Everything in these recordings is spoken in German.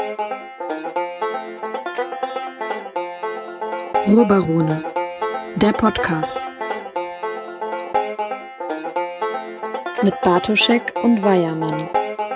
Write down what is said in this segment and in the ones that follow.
Ruhrbarone, der Podcast. Mit Bartoschek und Weiermann.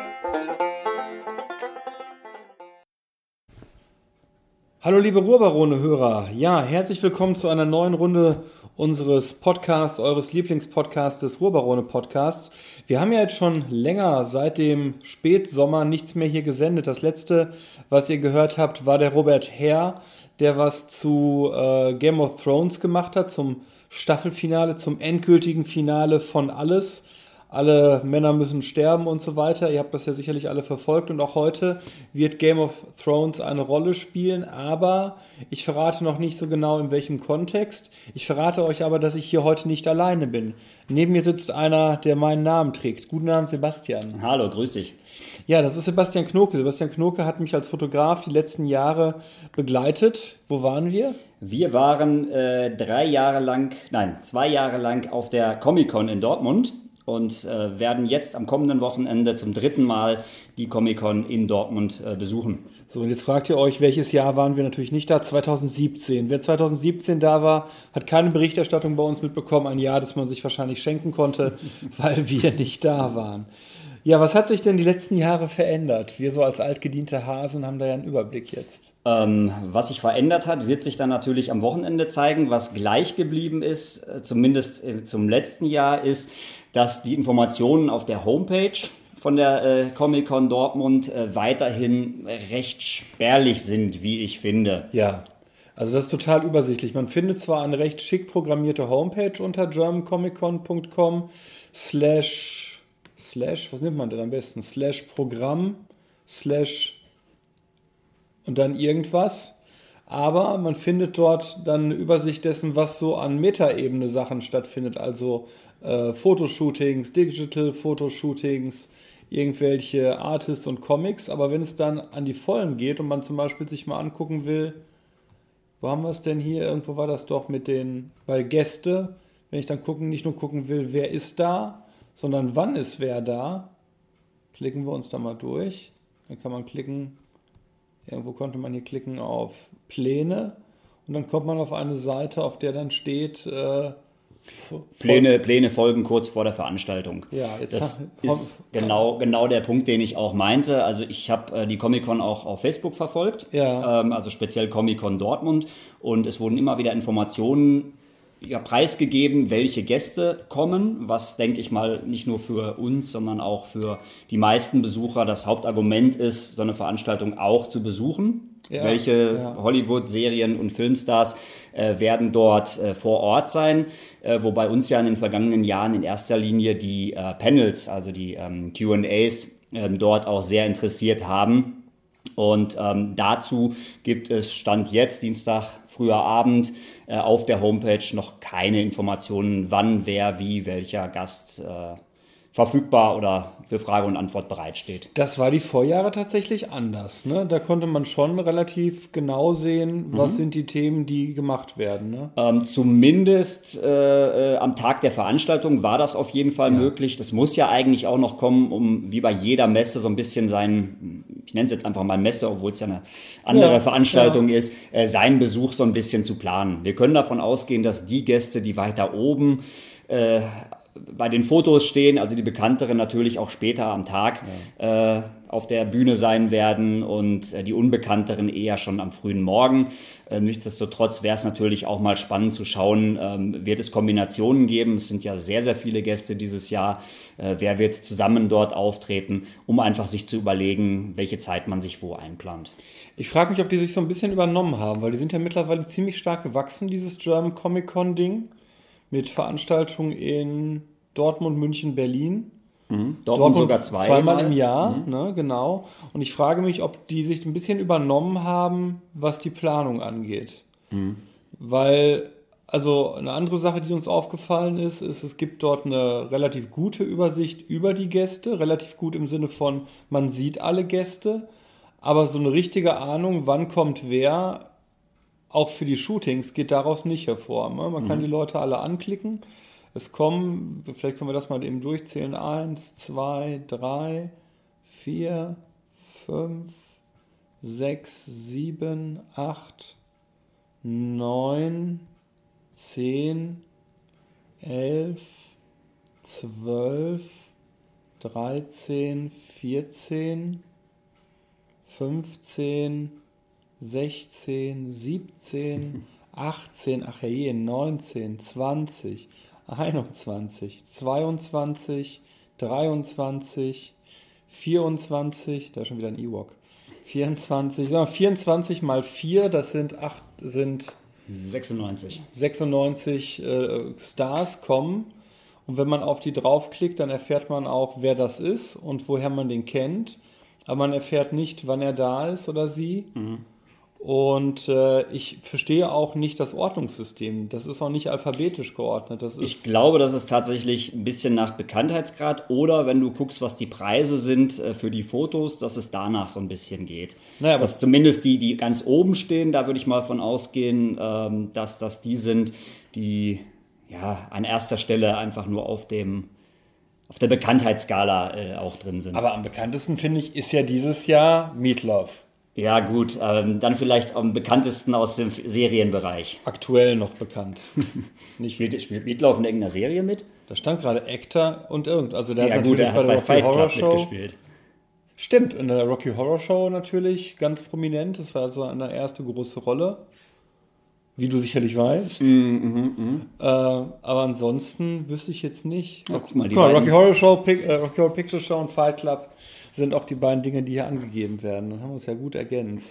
Hallo liebe Ruhrbarone-Hörer, ja, herzlich willkommen zu einer neuen Runde unseres Podcasts, eures Lieblingspodcasts des Ruhrbarone-Podcasts. Wir haben ja jetzt schon länger, seit dem Spätsommer, nichts mehr hier gesendet. Das letzte, was ihr gehört habt, war der Robert Herr, der was zu Game of Thrones gemacht hat, zum Staffelfinale, zum endgültigen Finale von Alles. Alle Männer müssen sterben und so weiter. Ihr habt das ja sicherlich alle verfolgt und auch heute wird Game of Thrones eine Rolle spielen, aber ich verrate noch nicht so genau in welchem Kontext. Ich verrate euch aber, dass ich hier heute nicht alleine bin. Neben mir sitzt einer, der meinen Namen trägt. Guten Abend, Sebastian. Hallo, grüß dich. Ja, das ist Sebastian Knoke. Sebastian Knoke hat mich als Fotograf die letzten Jahre begleitet. Wo waren wir? Wir waren 2 Jahre lang auf der Comic-Con in Dortmund und werden jetzt am kommenden Wochenende zum 3. Mal die Comic-Con in Dortmund besuchen. So, und jetzt fragt ihr euch, welches Jahr waren wir natürlich nicht da? 2017. Wer 2017 da war, hat keine Berichterstattung bei uns mitbekommen. Ein Jahr, das man sich wahrscheinlich schenken konnte, weil wir nicht da waren. Ja, was hat sich denn die letzten Jahre verändert? Wir so als altgediente Hasen haben da ja einen Überblick jetzt. Was sich verändert hat, wird sich dann natürlich am Wochenende zeigen. Was gleich geblieben ist, zumindest zum letzten Jahr, ist, dass die Informationen auf der Homepage von der Comic-Con Dortmund weiterhin recht spärlich sind, wie ich finde. Ja, also das ist total übersichtlich. Man findet zwar eine recht schick programmierte Homepage unter germancomiccon.com / was nimmt man denn am besten? /Programm/ und dann irgendwas. Aber man findet dort dann eine Übersicht dessen, was so an Metaebene Sachen stattfindet. Also Fotoshootings, Digital-Fotoshootings, irgendwelche Artists und Comics. Aber wenn es dann an die Vollen geht und man zum Beispiel sich mal angucken will, wo haben wir es denn hier? Irgendwo war das doch bei Gäste. Wenn ich dann nicht nur gucken will, wer ist da, sondern wann ist wer da, klicken wir uns da mal durch. Dann kann man klicken, irgendwo konnte man hier klicken auf Pläne und dann kommt man auf eine Seite, auf der dann steht Pläne folgen kurz vor der Veranstaltung. Ja, das ist genau der Punkt, den ich auch meinte. Also ich habe die Comic-Con auch auf Facebook verfolgt, ja. Also speziell Comic-Con Dortmund, und es wurden immer wieder Informationen preisgegeben, welche Gäste kommen, was, denke ich mal, nicht nur für uns, sondern auch für die meisten Besucher das Hauptargument ist, so eine Veranstaltung auch zu besuchen. Ja, welche Hollywood-Serien und Filmstars werden dort vor Ort sein, wobei uns ja in den vergangenen Jahren in erster Linie die Panels, also die Q&As, dort auch sehr interessiert haben. Und dazu gibt es Stand jetzt, Dienstag, früher Abend, auf der Homepage noch keine Informationen, wann, wer, wie, welcher Gast verfügbar oder für Frage und Antwort bereitsteht. Das war die Vorjahre tatsächlich anders, ne? Da konnte man schon relativ genau sehen, was sind die Themen, die gemacht werden, ne? Zumindest am Tag der Veranstaltung war das auf jeden Fall möglich. Das muss ja eigentlich auch noch kommen, um wie bei jeder Messe so ein bisschen ich nenne es jetzt einfach mal Messe, obwohl es ja eine andere Veranstaltung ist, seinen Besuch so ein bisschen zu planen. Wir können davon ausgehen, dass die Gäste, die weiter oben bei den Fotos stehen, also die bekannteren natürlich auch später am Tag auf der Bühne sein werden und die unbekannteren eher schon am frühen Morgen. Nichtsdestotrotz wäre es natürlich auch mal spannend zu schauen, wird es Kombinationen geben? Es sind ja sehr, sehr viele Gäste dieses Jahr. Wer wird zusammen dort auftreten, um einfach sich zu überlegen, welche Zeit man sich wo einplant. Ich frage mich, ob die sich so ein bisschen übernommen haben, weil die sind ja mittlerweile ziemlich stark gewachsen, dieses German Comic Con Ding. Mit Veranstaltungen in Dortmund, München, Berlin. Dortmund sogar zweimal im Jahr, ne, genau. Und ich frage mich, ob die sich ein bisschen übernommen haben, was die Planung angeht. Weil, also eine andere Sache, die uns aufgefallen ist, es gibt dort eine relativ gute Übersicht über die Gäste. Relativ gut im Sinne von, man sieht alle Gäste. Aber so eine richtige Ahnung, wann kommt wer, auch für die Shootings geht daraus nicht hervor. Ne? Man kann die Leute alle anklicken. Es kommen, vielleicht können wir das mal eben durchzählen, 1, 2, 3, 4, 5, 6, 7, 8, 9, 10, 11, 12, 13, 14, 15, 16, 17, 18, ach je, 19, 20, 21, 22, 23, 24, da ist schon wieder ein Ewok. 24 mal 4, das sind 96. 96 Stars kommen. Und wenn man auf die draufklickt, dann erfährt man auch, wer das ist und woher man den kennt. Aber man erfährt nicht, wann er da ist oder sie. Und ich verstehe auch nicht das Ordnungssystem. Das ist auch nicht alphabetisch geordnet. Ich glaube, das ist tatsächlich ein bisschen nach Bekanntheitsgrad oder wenn du guckst, was die Preise sind für die Fotos, dass es danach so ein bisschen geht. Naja, dass zumindest die ganz oben stehen, da würde ich mal von ausgehen, dass das die sind, die an erster Stelle einfach nur auf der Bekanntheitsskala auch drin sind. Aber am bekanntesten, finde ich, ist ja dieses Jahr Meatloaf. Ja gut, dann vielleicht am bekanntesten aus dem Serienbereich. Aktuell noch bekannt. Spielt Meatloaf in irgendeiner Serie mit? Da stand gerade Actor und also der hat natürlich bei der Rocky Fight Horror Club Show mitgespielt. Stimmt, in der Rocky Horror Show natürlich ganz prominent. Das war so eine erste große Rolle, wie du sicherlich weißt. Aber ansonsten wüsste ich jetzt nicht. Ja, guck mal, Rocky Horror Show, Rocky Horror Picture Show und Fight Club sind auch die beiden Dinge, die hier angegeben werden. Dann haben wir uns ja gut ergänzt.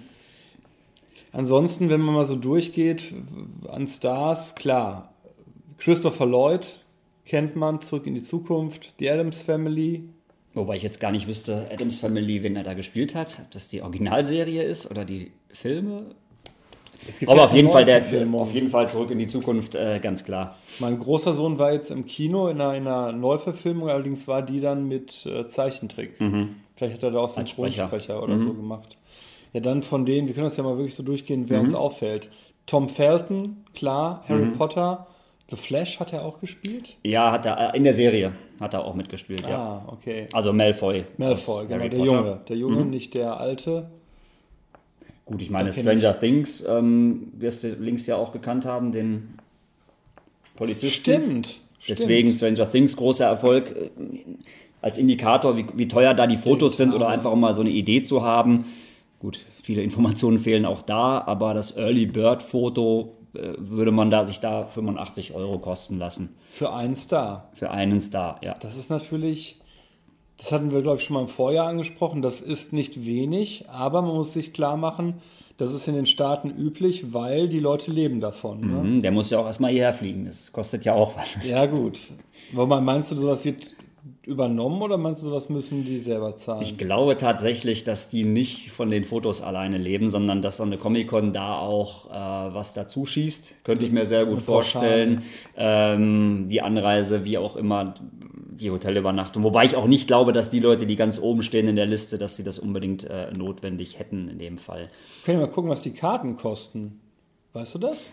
Ansonsten, wenn man mal so durchgeht, an Stars, klar, Christopher Lloyd kennt man, Zurück in die Zukunft, die Addams Family. Wobei ich jetzt gar nicht wüsste, Addams Family, wen er da gespielt hat, ob das die Originalserie ist oder die Filme. Aber auf jeden Fall Zurück in die Zukunft, ganz klar. Mein großer Sohn war jetzt im Kino in einer Neuverfilmung, allerdings war die dann mit Zeichentrick. Vielleicht hat er da auch so einen Synchronsprecher oder so gemacht. Ja, dann von denen, wir können das ja mal wirklich so durchgehen, wer uns auffällt. Tom Felton, klar, Harry Potter, The Flash hat er auch gespielt? Ja, hat er in der Serie hat er auch mitgespielt, ja. Ah, okay. Also Malfoy, genau, der Junge, nicht der Alte. Gut, ich meine, Stranger Things wirst du links ja auch gekannt haben, den Polizisten. Stimmt. Deswegen Stranger Things, großer Erfolg. Als Indikator, wie teuer da die Fotos sind oder einfach um mal so eine Idee zu haben. Gut, viele Informationen fehlen auch da, aber das Early Bird Foto würde man sich da 85 € kosten lassen. Für einen Star. Für einen Star, ja. Das ist natürlich... Das hatten wir, glaube ich, schon mal im Vorjahr angesprochen. Das ist nicht wenig, aber man muss sich klar machen, das ist in den Staaten üblich, weil die Leute leben davon. Ne? Der muss ja auch erstmal hierher fliegen. Das kostet ja auch was. Ja, gut. Wobei, meinst du, sowas wird übernommen oder meinst du, sowas müssen die selber zahlen? Ich glaube tatsächlich, dass die nicht von den Fotos alleine leben, sondern dass so eine Comic-Con da auch was dazu schießt. Könnte ich mir sehr gut vorstellen. Die Anreise, wie auch immer, die Hotelübernachtung. Wobei ich auch nicht glaube, dass die Leute, die ganz oben stehen in der Liste, dass sie das unbedingt notwendig hätten in dem Fall. Können wir mal gucken, was die Karten kosten. Weißt du das?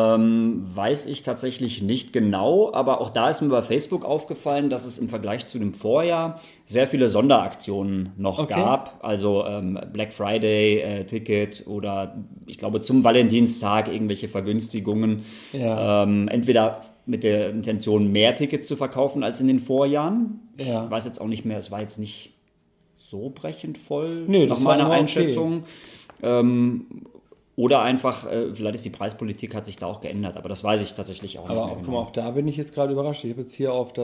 Weiß ich tatsächlich nicht genau, aber auch da ist mir bei Facebook aufgefallen, dass es im Vergleich zu dem Vorjahr sehr viele Sonderaktionen noch gab. Also Black Friday Ticket oder ich glaube zum Valentinstag irgendwelche Vergünstigungen. Ja. Entweder mit der Intention, mehr Tickets zu verkaufen als in den Vorjahren. Ja. Ich weiß jetzt auch nicht mehr, es war jetzt nicht so brechend voll, nach meiner Einschätzung. Oder einfach, vielleicht ist die Preispolitik, hat sich da auch geändert, aber das weiß ich tatsächlich auch nicht mehr. Aber guck mal, auch da bin ich jetzt gerade überrascht. Ich habe jetzt hier auf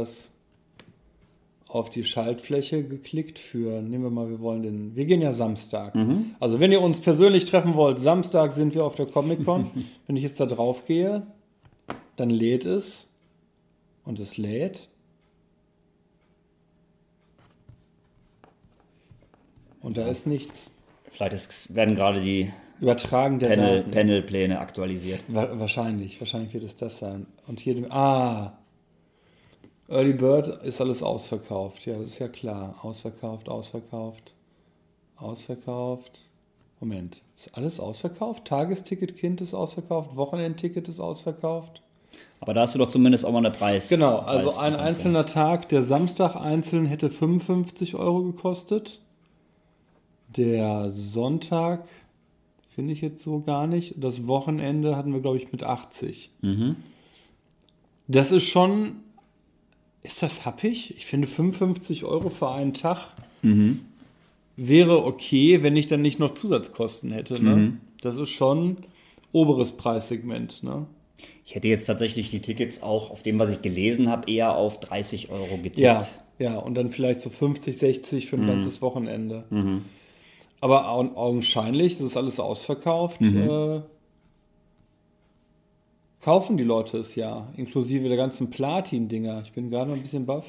die Schaltfläche geklickt nehmen wir mal, wir gehen ja Samstag. Also wenn ihr uns persönlich treffen wollt, Samstag sind wir auf der Comic-Con. Wenn ich jetzt da drauf gehe, dann lädt es und es lädt. Und da ist nichts. Vielleicht werden gerade die Übertragen der Daten. Panelpläne aktualisiert. Wahrscheinlich wird es das sein. Und hier Early Bird ist alles ausverkauft. Ja, das ist ja klar. Ausverkauft. Moment, ist alles ausverkauft? Tagesticket-Kind ist ausverkauft, Wochenendticket ist ausverkauft. Aber da hast du doch zumindest auch mal eine Preis. Genau, also ein einzelner Tag, der Samstag einzeln hätte 55 € gekostet. Der Sonntag finde ich jetzt so gar nicht. Das Wochenende hatten wir, glaube ich, mit 80. Das ist schon... Ist das happig? Ich finde 55 € für einen Tag wäre okay, wenn ich dann nicht noch Zusatzkosten hätte. Ne? Das ist schon oberes Preissegment. Ne? Ich hätte jetzt tatsächlich die Tickets auch, auf dem, was ich gelesen habe, eher auf 30 € getippt. Ja, und dann vielleicht so 50, 60 für ein ganzes Wochenende. Aber augenscheinlich, das ist alles ausverkauft, kaufen die Leute es ja, inklusive der ganzen Platin-Dinger. Ich bin gerade noch ein bisschen baff.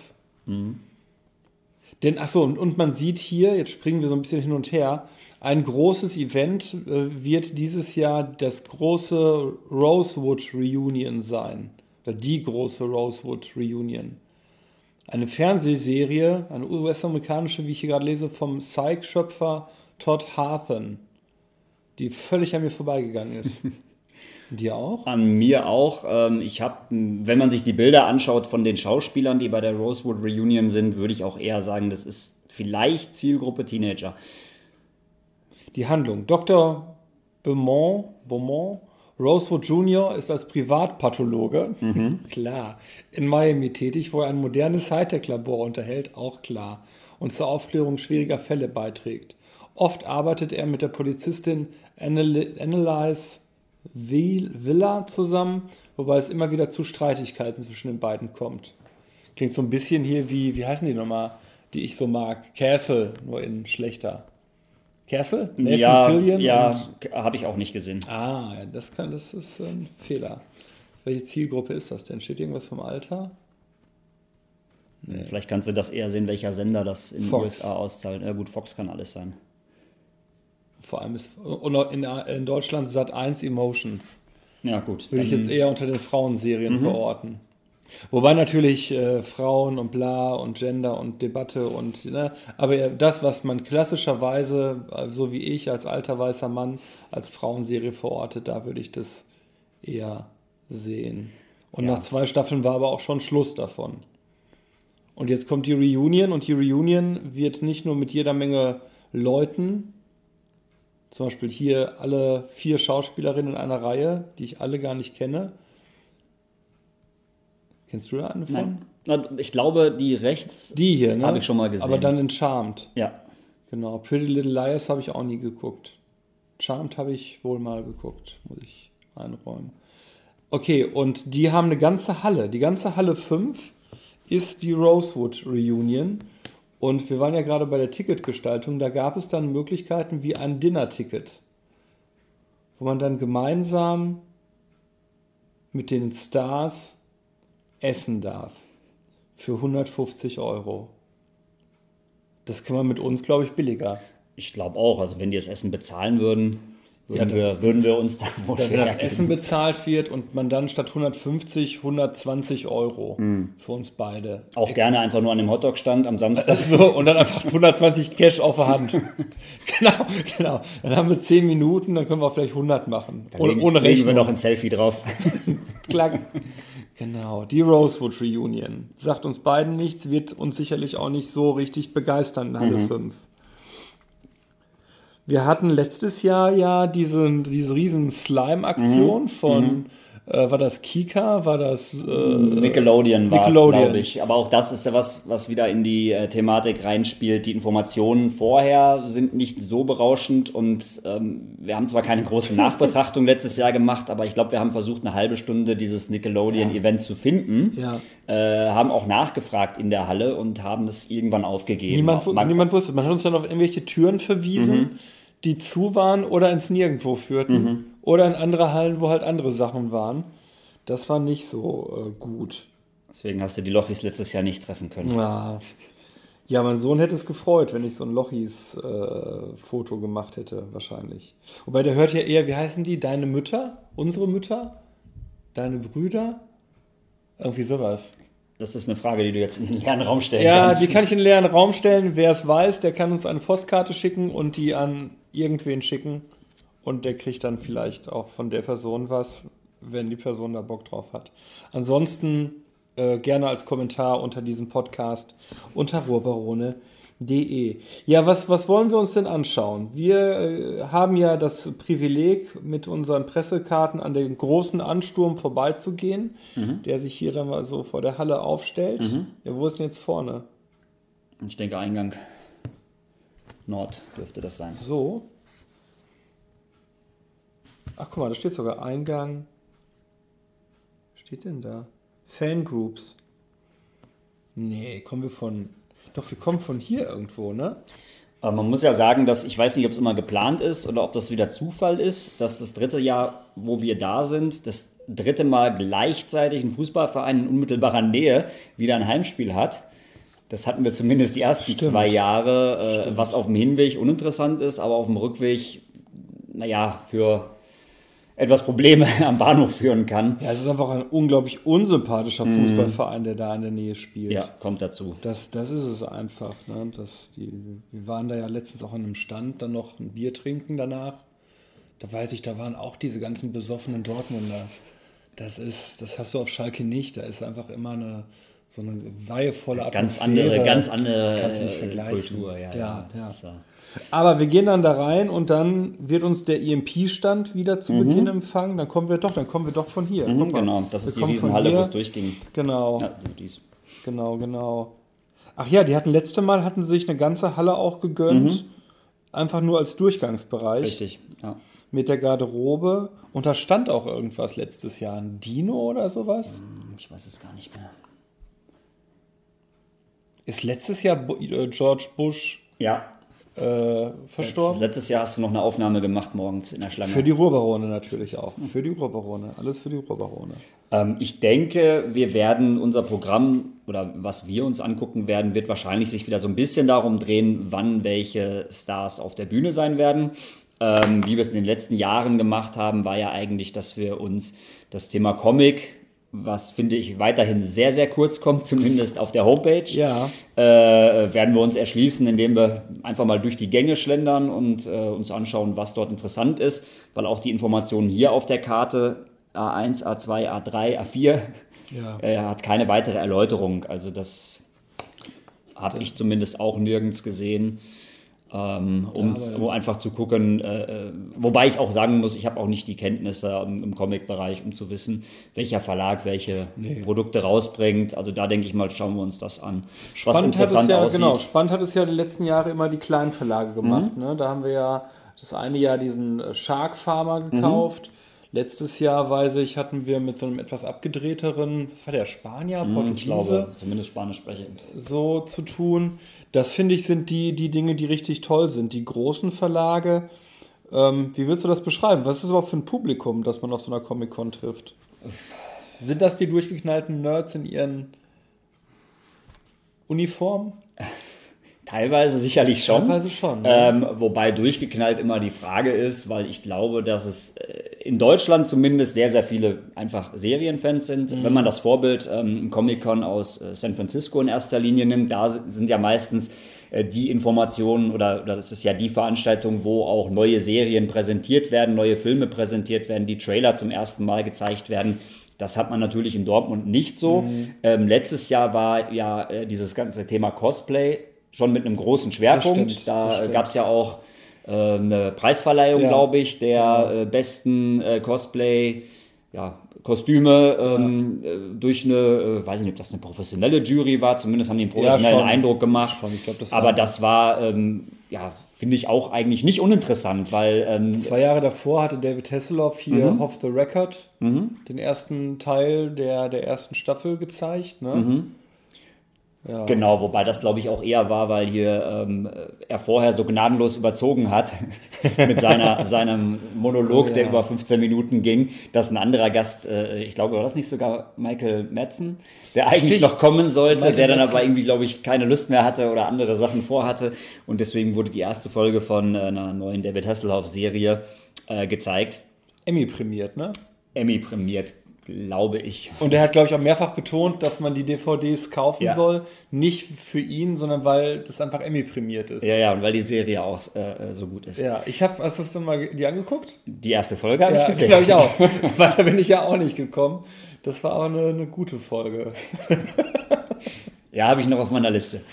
Denn, und man sieht hier, jetzt springen wir so ein bisschen hin und her, ein großes Event wird dieses Jahr das große Rosewood Reunion sein. Oder die große Rosewood Reunion. Eine Fernsehserie, eine US-amerikanische, wie ich hier gerade lese, vom Psych-Schöpfer Todd Harthan, die völlig an mir vorbeigegangen ist. Dir auch? An mir auch. Ich habe, wenn man sich die Bilder anschaut von den Schauspielern, die bei der Rosewood Reunion sind, würde ich auch eher sagen, das ist vielleicht Zielgruppe Teenager. Die Handlung. Dr. Beaumont, Rosewood Jr. ist als Privatpathologe, klar, in Miami tätig, wo er ein modernes Hightech-Labor unterhält, auch klar, und zur Aufklärung schwieriger Fälle beiträgt. Oft arbeitet er mit der Polizistin Annalise Villa zusammen, wobei es immer wieder zu Streitigkeiten zwischen den beiden kommt. Klingt so ein bisschen hier wie heißen die nochmal, die ich so mag? Castle, nur in schlechter. Castle? Nathan ja, habe ich auch nicht gesehen. Das ist ein Fehler. Welche Zielgruppe ist das denn? Steht irgendwas vom Alter? Nee. Vielleicht kannst du das eher sehen, welcher Sender das in den Fox. USA auszahlt. Ja gut, Fox kann alles sein. Vor allem in Deutschland Sat.1 Emotions. Ja, gut. Würde ich jetzt eher unter den Frauenserien verorten. Wobei natürlich Frauen und bla und Gender und Debatte und, ne, aber das, was man klassischerweise, so wie ich als alter weißer Mann, als Frauenserie verortet, da würde ich das eher sehen. Und nach 2 Staffeln war aber auch schon Schluss davon. Und jetzt kommt die Reunion und die Reunion wird nicht nur mit jeder Menge Leuten, zum Beispiel hier alle 4 Schauspielerinnen in einer Reihe, die ich alle gar nicht kenne. Kennst du da eine von? Nein. Ich glaube, die rechts Die hier, ne? habe ich schon mal gesehen. Aber dann in Charmed. Ja. Genau. Pretty Little Liars habe ich auch nie geguckt. Charmed habe ich wohl mal geguckt, muss ich einräumen. Okay, und die haben eine ganze Halle. Die ganze Halle 5 ist die Rosewood Reunion. Und wir waren ja gerade bei der Ticketgestaltung, da gab es dann Möglichkeiten wie ein Dinner-Ticket, wo man dann gemeinsam mit den Stars essen darf. Für 150 €. Das kann man mit uns, glaube ich, billiger. Ich glaube auch. Also wenn die das Essen bezahlen würden, würden wir uns dann wohl Wenn das Essen bezahlt wird und man dann statt 150 120 € für uns beide. Auch gerne einfach nur an dem Hotdog-Stand am Samstag. So, und dann einfach 120 Cash auf der Hand. Genau. Dann haben wir 10 Minuten, dann können wir vielleicht 100 machen. Ohne Legen Rechnung. wir noch ein Selfie drauf. Klack. Genau, die Rosewood Reunion. Sagt uns beiden nichts, wird uns sicherlich auch nicht so richtig begeistern in Halle 5. Wir hatten letztes Jahr ja diese riesen Slime-Aktion von, war das Kika, war das Nickelodeon war es, glaube ich. Aber auch das ist ja was wieder in die Thematik reinspielt. Die Informationen vorher sind nicht so berauschend und wir haben zwar keine große Nachbetrachtung letztes Jahr gemacht, aber ich glaube, wir haben versucht, eine halbe Stunde dieses Nickelodeon-Event zu finden. Ja. Haben auch nachgefragt in der Halle und haben es irgendwann aufgegeben. Niemand wusste. Man hat uns dann auf irgendwelche Türen verwiesen, die zu waren oder ins Nirgendwo führten. Oder in andere Hallen, wo halt andere Sachen waren. Das war nicht so gut. Deswegen hast du die Lochis letztes Jahr nicht treffen können. Ja, mein Sohn hätte es gefreut, wenn ich so ein Lochis-Foto gemacht hätte, wahrscheinlich. Wobei der hört ja eher, wie heißen die? Deine Mütter? Unsere Mütter? Deine Brüder? Irgendwie sowas. Das ist eine Frage, die du jetzt in den leeren Raum stellen Ja, kannst. die kann ich in den leeren Raum stellen. Wer es weiß, der kann uns eine Postkarte schicken und die an irgendwen schicken. Und der kriegt dann vielleicht auch von der Person was, wenn die Person da Bock drauf hat. Ansonsten gerne als Kommentar unter diesem Podcast unter Ruhrbarone Ja, was wollen wir uns denn anschauen? Wir haben ja das Privileg, mit unseren Pressekarten an den großen Ansturm vorbeizugehen, der sich hier dann mal so vor der Halle aufstellt. Ja, wo ist denn jetzt vorne? Ich denke Eingang Nord dürfte das sein. So. Ach, guck mal, da steht sogar Eingang. Was steht denn da? Fangroups. Nee, wir kommen von hier irgendwo, ne? Aber man muss ja sagen, dass ich weiß nicht, ob es immer geplant ist oder ob das wieder Zufall ist, dass das 3. Jahr, wo wir da sind, das 3. Mal gleichzeitig ein Fußballverein in unmittelbarer Nähe wieder ein Heimspiel hat. Das hatten wir zumindest die ersten 2 Jahre, was auf dem Hinweg uninteressant ist, aber auf dem Rückweg, für etwas Probleme am Bahnhof führen kann. Ja, es ist einfach ein unglaublich unsympathischer Fußballverein, der da in der Nähe spielt. Ja, kommt dazu. Das ist es einfach. Ne? Wir waren da ja letztens auch an einem Stand, dann noch ein Bier trinken danach. Da weiß ich, da waren auch diese ganzen besoffenen Dortmunder. Das hast du auf Schalke nicht. Da ist einfach immer so eine weihevolle Atmosphäre. Ganz andere kannst du nicht vergleichen. Kultur. Ja. Ist, aber wir gehen dann da rein und dann wird uns der EMP-Stand wieder zu Beginn empfangen. Dann kommen wir doch von hier. Genau, das ist die Riesenhalle, wo es durchging. Genau. Ja, dies. Genau. Ach ja, letzte Mal hatten sie sich eine ganze Halle auch gegönnt. Einfach nur als Durchgangsbereich. Richtig, ja. Mit der Garderobe. Und da stand auch irgendwas letztes Jahr. Ein Dino oder sowas? Ich weiß es gar nicht mehr. Ist letztes Jahr George Bush verstorben? Letztes Jahr hast du noch eine Aufnahme gemacht morgens in der Schlange. Für die Ruhrbarone natürlich auch. Für die Ruhrbarone. Alles für die Ruhrbarone. Ich denke, wir werden unser Programm oder was wir uns angucken werden, wird wahrscheinlich sich wieder so ein bisschen darum drehen, wann welche Stars auf der Bühne sein werden. Wie wir es in den letzten Jahren gemacht haben, war ja eigentlich, dass wir uns das Thema Comic, was finde ich weiterhin sehr, sehr kurz kommt, zumindest auf der Homepage, werden wir uns erschließen, indem wir einfach mal durch die Gänge schlendern und uns anschauen, was dort interessant ist, weil auch die Informationen hier auf der Karte A1, A2, A3, A4 hat keine weitere Erläuterung. Also das habe ich zumindest auch nirgends gesehen. Um einfach zu gucken, wobei ich auch sagen muss, ich habe auch nicht die Kenntnisse im Comic-Bereich, um zu wissen, welcher Verlag welche Produkte rausbringt. Also da denke ich mal, schauen wir uns das an. Spannend hat es ja die letzten Jahre immer die kleinen Verlage gemacht. Ne? Da haben wir ja das eine Jahr diesen Shark Farmer gekauft. Letztes Jahr, weiß ich, hatten wir mit so einem etwas abgedrehteren, was war der, Spanier, Portugiese? Ich glaube, zumindest Spanisch sprechend. So zu tun. Das, finde ich, sind die Dinge, die richtig toll sind. Die großen Verlage. Wie würdest du das beschreiben? Was ist das überhaupt für ein Publikum, das man auf so einer Comic-Con trifft? Sind das die durchgeknallten Nerds in ihren Uniformen? Teilweise sicherlich schon. Teilweise schon. Ja. Wobei durchgeknallt immer die Frage ist, weil ich glaube, dass es in Deutschland zumindest sehr, sehr viele einfach Serienfans sind. Wenn man das Vorbild Comic-Con aus San Francisco in erster Linie nimmt, da sind ja meistens die Informationen oder das ist ja die Veranstaltung, wo auch neue Serien präsentiert werden, neue Filme präsentiert werden, die Trailer zum ersten Mal gezeigt werden. Das hat man natürlich in Dortmund nicht so. Letztes Jahr war ja dieses ganze Thema Cosplay schon mit einem großen Schwerpunkt. Da gab es ja auch eine Preisverleihung, glaube ich, der besten Kostüme durch eine, weiß ich nicht, ob das eine professionelle Jury war, zumindest haben die einen professionellen Eindruck gemacht. Ich glaub, das war, finde ich auch eigentlich nicht uninteressant, weil... 2 Jahre davor hatte David Hasselhoff hier Off the Record den ersten Teil der ersten Staffel gezeigt, ne? Ja. Genau, wobei das, glaube ich, auch eher war, weil hier er vorher so gnadenlos überzogen hat mit seinem Monolog, der über 15 Minuten ging, dass ein anderer Gast, ich glaube, war das nicht sogar Michael Madsen, der eigentlich noch kommen sollte, der dann aber irgendwie, glaube ich, keine Lust mehr hatte oder andere Sachen vorhatte. Und deswegen wurde die erste Folge von einer neuen David Hasselhoff-Serie gezeigt. Emmy prämiert, ne? Emmy prämiert, glaube ich. Und er hat, glaube ich, auch mehrfach betont, dass man die DVDs kaufen soll. Nicht für ihn, sondern weil das einfach Emmy prämiert ist. Ja, und weil die Serie auch so gut ist. Ja, hast du das denn mal die angeguckt? Die erste Folge habe ich gesehen. glaube ich auch. Weil da bin ich ja auch nicht gekommen. Das war aber eine gute Folge. Ja, habe ich noch auf meiner Liste.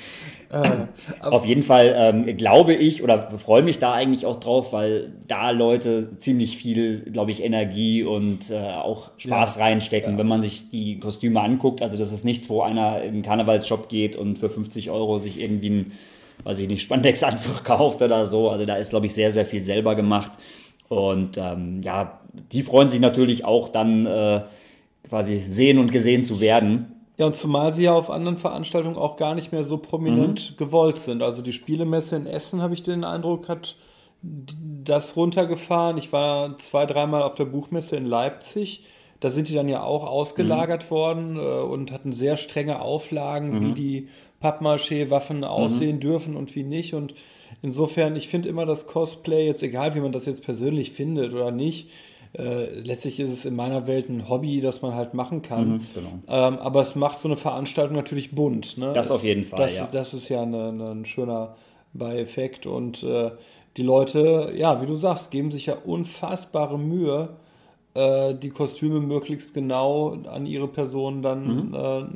Auf jeden Fall glaube ich oder freue mich da eigentlich auch drauf, weil da Leute ziemlich viel, glaube ich, Energie und auch Spaß reinstecken, wenn man sich die Kostüme anguckt. Also das ist nichts, wo einer im Karnevalsshop geht und für 50 € sich irgendwie einen, weiß ich nicht, Spandex-Anzug kauft oder so. Also da ist, glaube ich, sehr, sehr viel selber gemacht. Und die freuen sich natürlich auch dann quasi sehen und gesehen zu werden. Ja, und zumal sie ja auf anderen Veranstaltungen auch gar nicht mehr so prominent gewollt sind. Also die Spielemesse in Essen, habe ich den Eindruck, hat das runtergefahren. Ich war 2-3 Mal auf der Buchmesse in Leipzig. Da sind die dann ja auch ausgelagert worden und hatten sehr strenge Auflagen, wie die Pappmaché-Waffen aussehen dürfen und wie nicht. Und insofern, ich finde immer das Cosplay, jetzt egal wie man das jetzt persönlich findet oder nicht, letztlich ist es in meiner Welt ein Hobby, das man halt machen kann. Aber es macht so eine Veranstaltung natürlich bunt. Ne? Das auf jeden Fall, Das ist ja ein schöner Beieffekt. Und die Leute, ja, wie du sagst, geben sich ja unfassbare Mühe, die Kostüme möglichst genau an ihre Person dann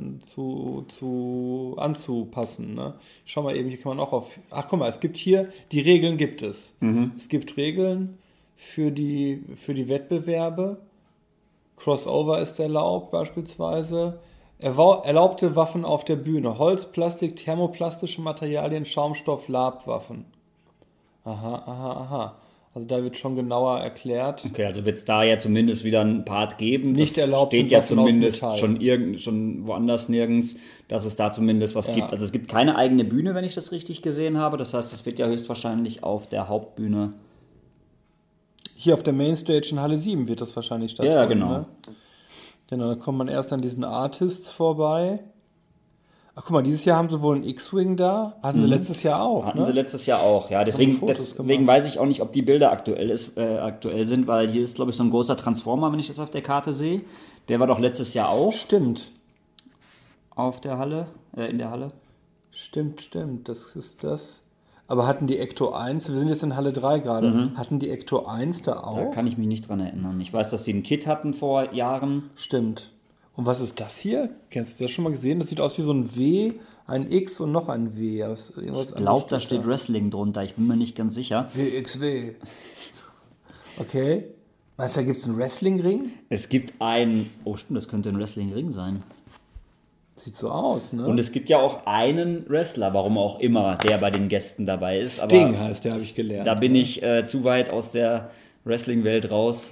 anzupassen. Ne? Schau mal eben, hier kann man auch ach guck mal, es gibt hier, die Regeln gibt es. Es gibt Regeln für die Wettbewerbe. Crossover ist erlaubt beispielsweise. Erlaubte Waffen auf der Bühne. Holz, Plastik, thermoplastische Materialien, Schaumstoff, Labwaffen. Aha. Also da wird schon genauer erklärt. Okay, also wird es da ja zumindest wieder einen Part geben. Nicht das erlaubt steht ja Waffen aus zumindest Metall. schon woanders nirgends, dass es da zumindest was gibt. Also es gibt keine eigene Bühne, wenn ich das richtig gesehen habe. Das heißt, das wird ja höchstwahrscheinlich auf der Hauptbühne. Hier auf der Mainstage in Halle 7 wird das wahrscheinlich stattfinden. Ja, genau. Ne? Genau, da kommt man erst an diesen Artists vorbei. Ach, guck mal, dieses Jahr haben sie wohl einen X-Wing da. Hatten sie letztes Jahr auch. Hatten sie letztes Jahr auch, ja. Deswegen weiß ich auch nicht, ob die Bilder aktuell sind, weil hier ist, glaube ich, so ein großer Transformer, wenn ich das auf der Karte sehe. Der war doch letztes Jahr auch. Stimmt. Auf der Halle, in der Halle. Stimmt, das ist das. Aber hatten die Ecto 1, wir sind jetzt in Halle 3 gerade, hatten die Ecto 1 da auch? Da kann ich mich nicht dran erinnern. Ich weiß, dass sie ein Kit hatten vor Jahren. Stimmt. Und was ist das hier? Kennst du das schon mal gesehen? Das sieht aus wie so ein W, ein X und noch ein W. Ich glaube, da steht Wrestling drunter. Ich bin mir nicht ganz sicher. WXW. Okay. Meinst du, da gibt es einen Wrestling-Ring? Es gibt einen... Oh, stimmt, das könnte ein Wrestling-Ring sein. Sieht so aus, ne? Und es gibt ja auch einen Wrestler, warum auch immer, der bei den Gästen dabei ist. Sting heißt der, habe ich gelernt. Da bin ich zu weit aus der Wrestling-Welt raus.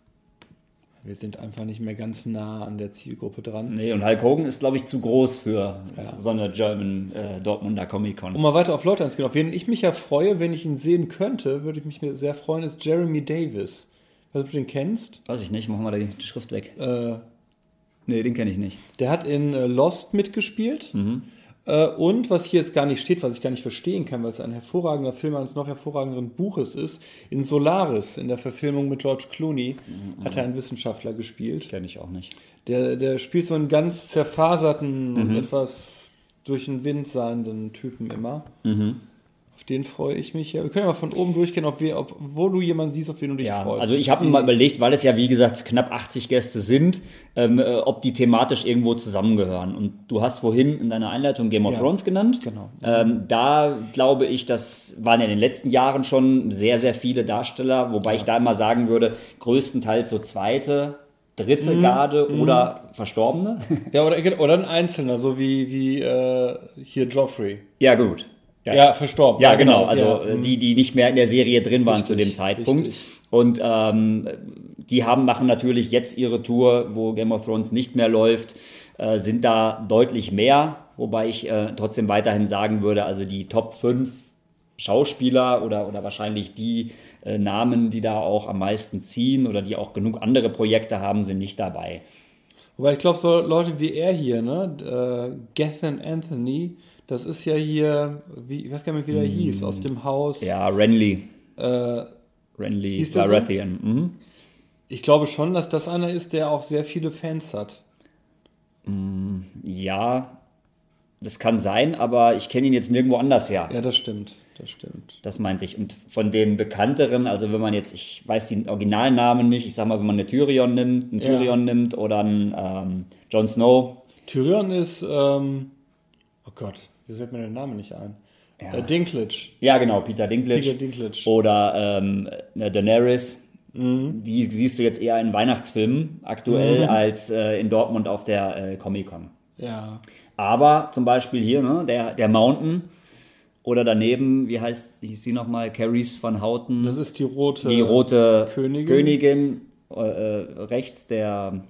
Wir sind einfach nicht mehr ganz nah an der Zielgruppe dran. Nee, und Hulk Hogan ist, glaube ich, zu groß für so eine German Dortmunder Comic-Con. Um mal weiter auf Leute einzugehen, auf wen ich mich ja freue, wenn ich ihn sehen könnte, würde ich mich sehr freuen, ist Jeremy Davis. Weißt du, ob du den kennst? Weiß ich nicht, machen wir da die Schrift weg. Nee, den kenne ich nicht. Der hat in Lost mitgespielt. Und was hier jetzt gar nicht steht, was ich gar nicht verstehen kann, weil es ein hervorragender Film eines noch hervorragenderen Buches ist, in Solaris, in der Verfilmung mit George Clooney, hat er einen Wissenschaftler gespielt. Kenne ich auch nicht. Der spielt so einen ganz zerfaserten und etwas durch den Wind seienden Typen immer. Auf den freue ich mich. Ja, wir können ja mal von oben durchgehen, wo du jemanden siehst, auf den du dich freust. Also ich habe mir mal überlegt, weil es ja wie gesagt knapp 80 Gäste sind, ob die thematisch irgendwo zusammengehören. Und du hast vorhin in deiner Einleitung Game of Thrones genannt. Genau. Da glaube ich, das waren ja in den letzten Jahren schon sehr, sehr viele Darsteller, wobei ich da immer sagen würde, größtenteils so zweite, dritte Garde oder Verstorbene. Ja, oder ein Einzelner, so wie hier Joffrey. Ja, gut. Ja, verstorben. Ja, genau. Also die nicht mehr in der Serie drin waren zu dem Zeitpunkt. Richtig. Und die machen natürlich jetzt ihre Tour, wo Game of Thrones nicht mehr läuft, sind da deutlich mehr. Wobei ich trotzdem weiterhin sagen würde, also die Top 5 Schauspieler oder wahrscheinlich die Namen, die da auch am meisten ziehen oder die auch genug andere Projekte haben, sind nicht dabei. Wobei ich glaube, so Leute wie er hier, ne, Gethin Anthony, das ist ja hier, ich weiß gar nicht, wie der hieß, aus dem Haus. Ja, Renly. Renly Baratheon. So? Ich glaube schon, dass das einer ist, der auch sehr viele Fans hat. Ja, das kann sein, aber ich kenne ihn jetzt nirgendwo anders her. Ja, das stimmt. Das meinte ich. Und von den bekannteren, also wenn man jetzt, ich weiß den Originalnamen nicht, ich sag mal, wenn man eine Tyrion nimmt oder einen Jon Snow. Tyrion ist, oh Gott, Wie fällt mir der Name nicht ein? Ja. Dinklage. Ja, genau, Peter Dinklage. Oder Daenerys. Die siehst du jetzt eher in Weihnachtsfilmen aktuell als in Dortmund auf der Comic-Con. Ja. Aber zum Beispiel hier, ne, der Mountain oder daneben, wie hieß sie nochmal? Carice van Houten. Das ist die rote Königin. Rechts der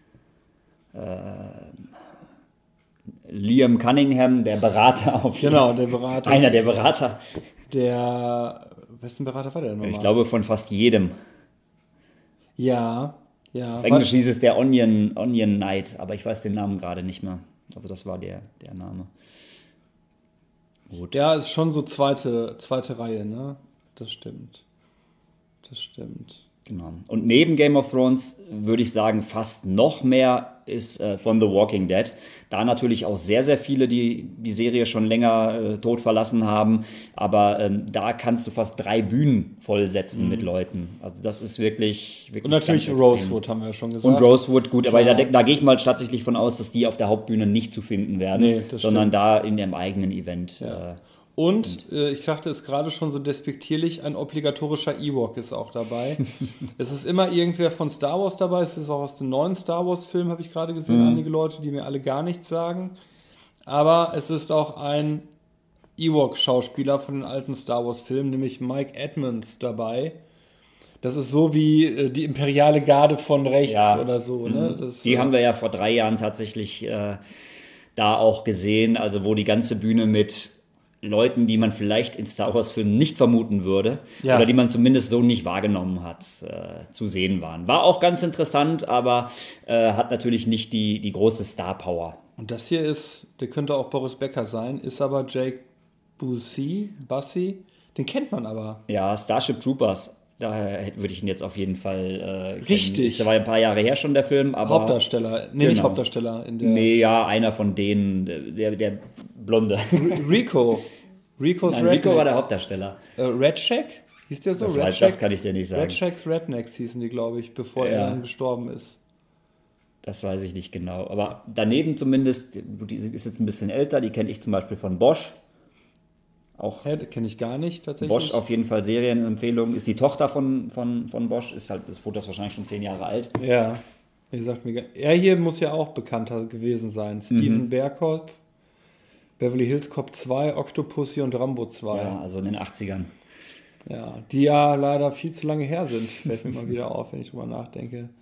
Liam Cunningham, der Berater auf jeden Fall. Genau, der Berater. Einer der Berater. Wessen Berater war der nochmal? Ich glaube von fast jedem. Ja. Auf Englisch hieß es der Onion Knight, aber ich weiß den Namen gerade nicht mehr. Also das war der Name. Gut. Ja, ist schon so zweite Reihe, ne? Das stimmt. Genau. Und neben Game of Thrones würde ich sagen, fast noch mehr ist von The Walking Dead. Da natürlich auch sehr, sehr viele, die Serie schon länger tot verlassen haben. Aber da kannst du fast 3 Bühnen vollsetzen mit Leuten. Also das ist wirklich und natürlich Rosewood, haben wir ja schon gesagt. Und Rosewood, gut. Aber da gehe ich mal tatsächlich von aus, dass die auf der Hauptbühne nicht zu finden werden. Sondern stimmt. Da in dem eigenen Event. Ja. Und ich sagte es gerade schon so despektierlich, ein obligatorischer Ewok ist auch dabei. Es ist immer irgendwer von Star Wars dabei. Es ist auch aus den neuen Star Wars-Filmen, habe ich gerade gesehen. Einige Leute, die mir alle gar nichts sagen. Aber es ist auch ein Ewok-Schauspieler von den alten Star Wars-Filmen, nämlich Mike Edmonds dabei. Das ist so wie die imperiale Garde von rechts oder so. Ne? Die haben wir ja vor 3 Jahren tatsächlich da auch gesehen. Also wo die ganze Bühne mit Leuten, die man vielleicht in Star Wars-Filmen nicht vermuten würde oder die man zumindest so nicht wahrgenommen hat, zu sehen waren. War auch ganz interessant, aber hat natürlich nicht die große Star-Power. Und das hier der könnte auch Boris Becker sein, ist aber Jake Busey, den kennt man aber. Ja, Starship Troopers, daher würde ich ihn jetzt auf jeden Fall Richtig. Das war ein paar Jahre her schon der Film, aber... Hauptdarsteller, nicht Hauptdarsteller. Einer von denen, der Blonde. Rico's Rico war der Hauptdarsteller. Red Shack? Hieß der so? Das kann ich dir nicht sagen. Red Shack's Rednecks hießen die, glaube ich, bevor er dann gestorben ist. Das weiß ich nicht genau. Aber daneben zumindest, die ist jetzt ein bisschen älter, die kenne ich zum Beispiel von Bosch. Auch kenne ich gar nicht, tatsächlich. Bosch auf jeden Fall Serienempfehlung. Ist die Tochter von Bosch, ist halt, das Foto ist wahrscheinlich schon 10 Jahre alt. Ja, wie gesagt, er hier muss ja auch bekannter gewesen sein. Steven Berkoff. Beverly Hills Cop 2, Octopussy und Rambo 2. Ja, also in den 80ern. Ja, die ja leider viel zu lange her sind. Fällt mir mal wieder auf, wenn ich drüber nachdenke.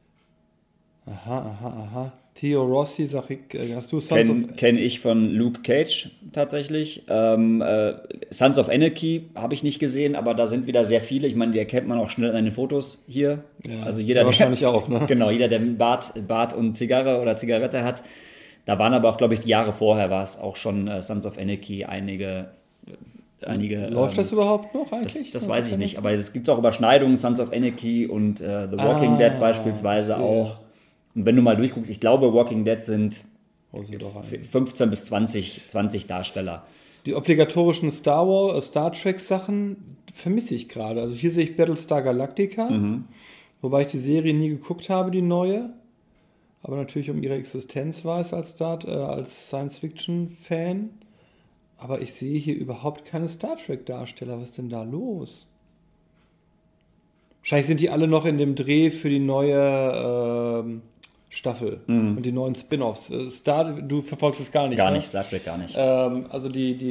Aha. Theo Rossi, sag ich, hast du Kenn ich von Luke Cage tatsächlich. Sons of Anarchy habe ich nicht gesehen, aber da sind wieder sehr viele. Ich meine, die erkennt man auch schnell an den Fotos hier. Ja, also jeder, wahrscheinlich auch, ne? Genau, jeder, der Bart und Zigarre oder Zigarette hat. Da waren aber auch, glaube ich, die Jahre vorher war es auch schon Sons of Anarchy einige. Läuft das überhaupt noch eigentlich? Das weiß ich nicht, aber es gibt auch Überschneidungen, Sons of Anarchy und The Walking Dead beispielsweise auch. Und wenn du mal durchguckst, ich glaube, Walking Dead sind 15 bis 20 Darsteller. Die obligatorischen Star Trek Sachen vermisse ich gerade. Also hier sehe ich Battlestar Galactica, wobei ich die Serie nie geguckt habe, die neue. Aber natürlich um ihre Existenz weiß als Science-Fiction-Fan. Aber ich sehe hier überhaupt keine Star Trek-Darsteller. Was ist denn da los? Wahrscheinlich sind die alle noch in dem Dreh für die neue Staffel und die neuen Spin-Offs. Du verfolgst es gar nicht, Gar nicht, Star Trek gar nicht. Also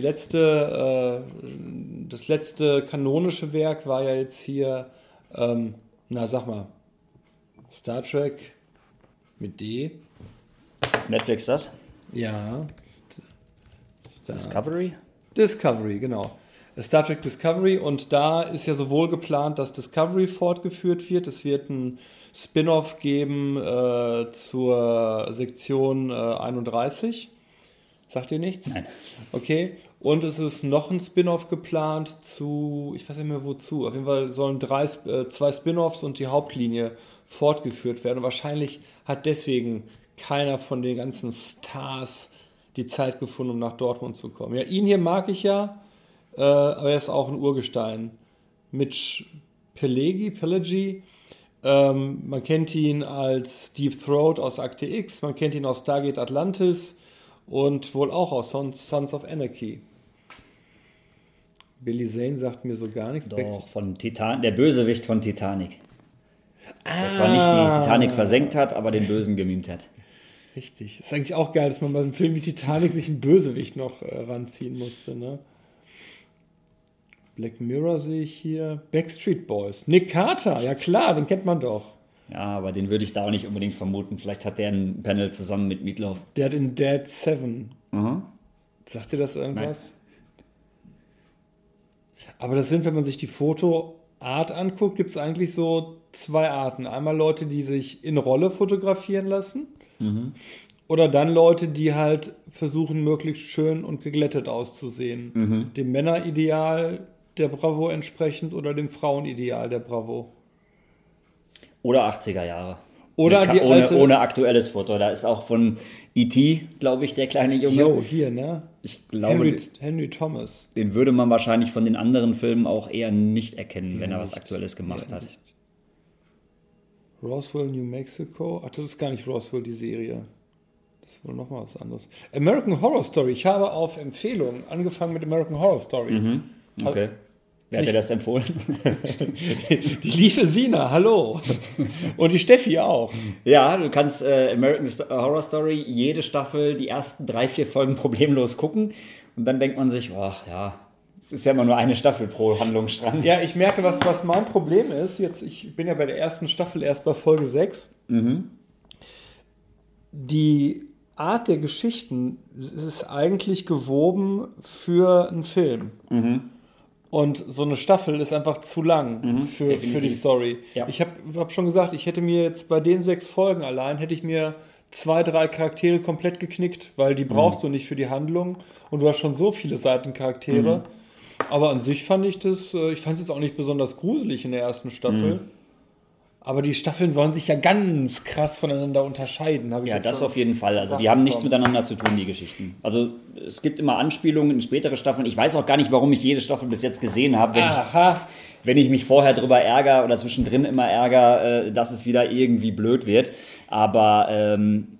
das letzte kanonische Werk war ja jetzt hier, sag mal, Star Trek mit D. Auf Netflix das? Ja. Discovery, genau. Star Trek Discovery, und da ist ja sowohl geplant, dass Discovery fortgeführt wird. Es wird ein Spin-off geben zur Sektion 31. Sagt ihr nichts? Nein. Okay. Und es ist noch ein Spin-off geplant ich weiß nicht mehr wozu. Auf jeden Fall sollen 2 Spin-offs und die Hauptlinie fortgeführt werden. Und wahrscheinlich hat deswegen keiner von den ganzen Stars die Zeit gefunden, um nach Dortmund zu kommen. Ja, ihn hier mag ich ja, aber er ist auch ein Urgestein. Mitch Pileggi. Man kennt ihn als Deep Throat aus Akte X, man kennt ihn aus Stargate Atlantis und wohl auch aus Sons of Anarchy. Billy Zane sagt mir so gar nichts. Doch, von der Bösewicht von Titanic. Der zwar nicht die Titanic versenkt hat, aber den Bösen gemimt hat. Richtig. Ist eigentlich auch geil, dass man bei einem Film wie Titanic sich einen Bösewicht noch ranziehen musste, ne? Black Mirror sehe ich hier. Backstreet Boys. Nick Carter, ja klar, den kennt man doch. Ja, aber den würde ich da auch nicht unbedingt vermuten. Vielleicht hat der ein Panel zusammen mit Meatloaf. Der hat in Dead 7. Mhm. Sagt dir das irgendwas? Nein. Aber das sind, wenn man sich die Fotoart anguckt, gibt es eigentlich so zwei Arten. Einmal Leute, die sich in Rolle fotografieren lassen. Oder dann Leute, die halt versuchen, möglichst schön und geglättet auszusehen. Dem Männerideal der Bravo entsprechend oder dem Frauenideal der Bravo. Oder 80er Jahre. Oder die alte... Ohne aktuelles Foto. Da ist auch von E.T., glaube ich, der kleine Junge. Jo, hier, ne? Ich glaube, Henry Thomas. Den würde man wahrscheinlich von den anderen Filmen auch eher nicht erkennen, wenn er was Aktuelles gemacht hat. Nicht. Roswell, New Mexico. Ach, das ist gar nicht Roswell, die Serie. Das ist wohl nochmal was anderes. American Horror Story. Ich habe auf Empfehlung angefangen mit American Horror Story. Okay. Wer hat dir das empfohlen? Die liebe Sina, hallo. Und die Steffi auch. Ja, du kannst American Horror Story jede Staffel, die ersten 3-4 Folgen problemlos gucken. Und dann denkt man sich, ach ja, es ist ja immer nur eine Staffel pro Handlungsstrang. Ja, ich merke, was mein Problem ist. Jetzt, ich bin ja bei der ersten Staffel erst bei Folge 6. Die Art der Geschichten ist eigentlich gewoben für einen Film. Und so eine Staffel ist einfach zu lang für die Story. Ja. Ich hab schon gesagt, ich hätte mir jetzt bei den 6 Folgen allein, hätte ich mir 2, 3 Charaktere komplett geknickt, weil die brauchst du nicht für die Handlung. Und du hast schon so viele Seitencharaktere. Aber an sich fand ich es jetzt auch nicht besonders gruselig in der ersten Staffel. Aber die Staffeln sollen sich ja ganz krass voneinander unterscheiden. Ja, das auf jeden Fall. Also die haben nichts miteinander zu tun, die Geschichten. Also es gibt immer Anspielungen in spätere Staffeln. Ich weiß auch gar nicht, warum ich jede Staffel bis jetzt gesehen habe. Wenn ich mich vorher drüber ärgere oder zwischendrin immer ärgere, dass es wieder irgendwie blöd wird. Aber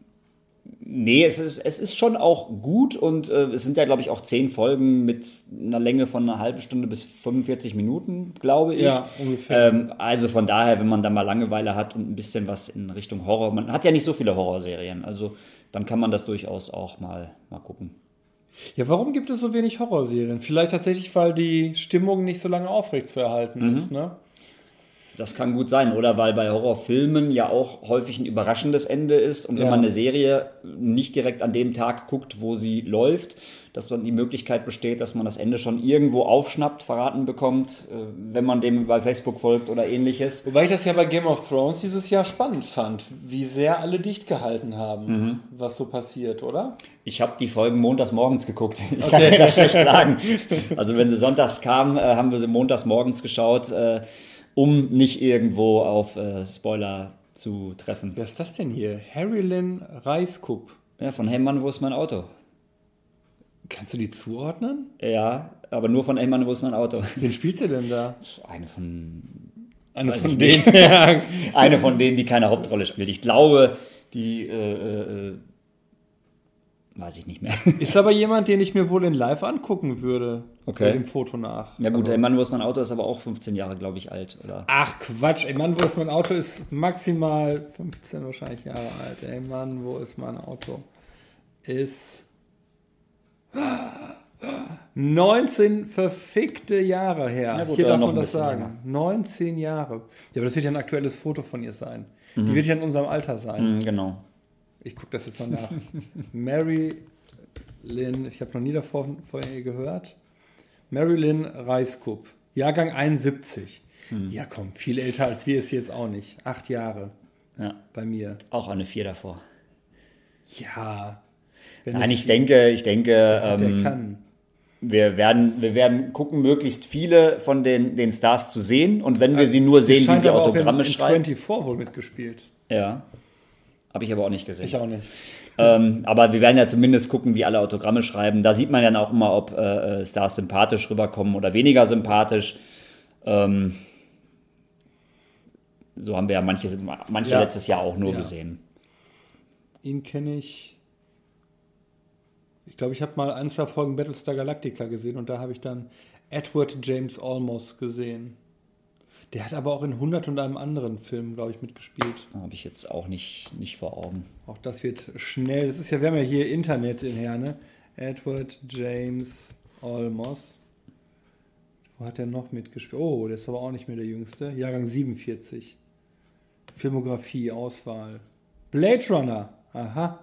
nee, es ist schon auch gut und es sind ja, glaube ich, auch 10 Folgen mit einer Länge von einer halben Stunde bis 45 Minuten, glaube ich. Ja, ungefähr. Also von daher, wenn man da mal Langeweile hat und ein bisschen was in Richtung Horror, man hat ja nicht so viele Horrorserien, also dann kann man das durchaus auch mal gucken. Ja, warum gibt es so wenig Horrorserien? Vielleicht tatsächlich, weil die Stimmung nicht so lange aufrechtzuerhalten ist, ne? Das kann gut sein, oder weil bei Horrorfilmen ja auch häufig ein überraschendes Ende ist und wenn man eine Serie nicht direkt an dem Tag guckt, wo sie läuft, dass dann die Möglichkeit besteht, dass man das Ende schon irgendwo aufschnappt, verraten bekommt, wenn man dem bei Facebook folgt oder ähnliches. Wobei ich das ja bei Game of Thrones dieses Jahr spannend fand, wie sehr alle dicht gehalten haben, was so passiert, oder? Ich habe die Folgen montags morgens geguckt. Ich kann dir das schlecht sagen. Also wenn sie sonntags kamen, haben wir sie montags morgens geschaut, um nicht irgendwo auf Spoiler zu treffen. Wer ist das denn hier? Harry Lynn Reiskup. Ja, von Hey Mann, wo ist mein Auto? Kannst du die zuordnen? Ja, aber nur von Hey Mann, wo ist mein Auto? Wen spielt sie denn da? Eine von denen. Eine von denen, die keine Hauptrolle spielt. Ich glaube, die weiß ich nicht mehr. Ist aber jemand, den ich mir wohl in live angucken würde. Okay. Dem Foto nach. Ja gut, Ey Mann, wo ist mein Auto ist aber auch 15 Jahre, glaube ich, alt, oder? Ach Quatsch, ey Mann, wo ist mein Auto ist maximal 15 wahrscheinlich Jahre alt. Ey Mann, wo ist mein Auto? Ist 19 verfickte Jahre her. Ja, gut, hier darf noch man ein das bisschen sagen. länger. 19 Jahre. Ja, aber das wird ja ein aktuelles Foto von ihr sein. Die wird ja in unserem Alter sein. Genau. Ich gucke das jetzt mal nach. Mary Lynn, ich habe noch nie davon von ihr gehört. Mary Lynn Reiskup, Jahrgang 71. Ja komm, viel älter als wir ist sie jetzt auch nicht. 8 Jahre bei mir. Auch eine 4 davor. Ja. Nein, ich denke, der kann. wir werden gucken, möglichst viele von den Stars zu sehen. Und wenn wir sie nur sehen, wie sie Autogramme schreiben. 24 wohl mitgespielt. Ja. Habe ich aber auch nicht gesehen. Ich auch nicht. Aber wir werden ja zumindest gucken, wie alle Autogramme schreiben. Da sieht man dann auch immer, ob Stars sympathisch rüberkommen oder weniger sympathisch. So haben wir ja manche letztes Jahr auch nur gesehen. Ihn kenne ich. Ich glaube, ich habe mal 1, 2 Folgen Battlestar Galactica gesehen und da habe ich dann Edward James Olmos gesehen. Der hat aber auch in 100 und einem anderen Film, glaube ich, mitgespielt. Habe ich jetzt auch nicht vor Augen. Auch das wird schnell. Das ist ja, wir haben ja hier Internet in Herne. Edward James Olmos. Wo hat der noch mitgespielt? Oh, der ist aber auch nicht mehr der Jüngste. Jahrgang 47. Filmografie, Auswahl. Blade Runner. Aha.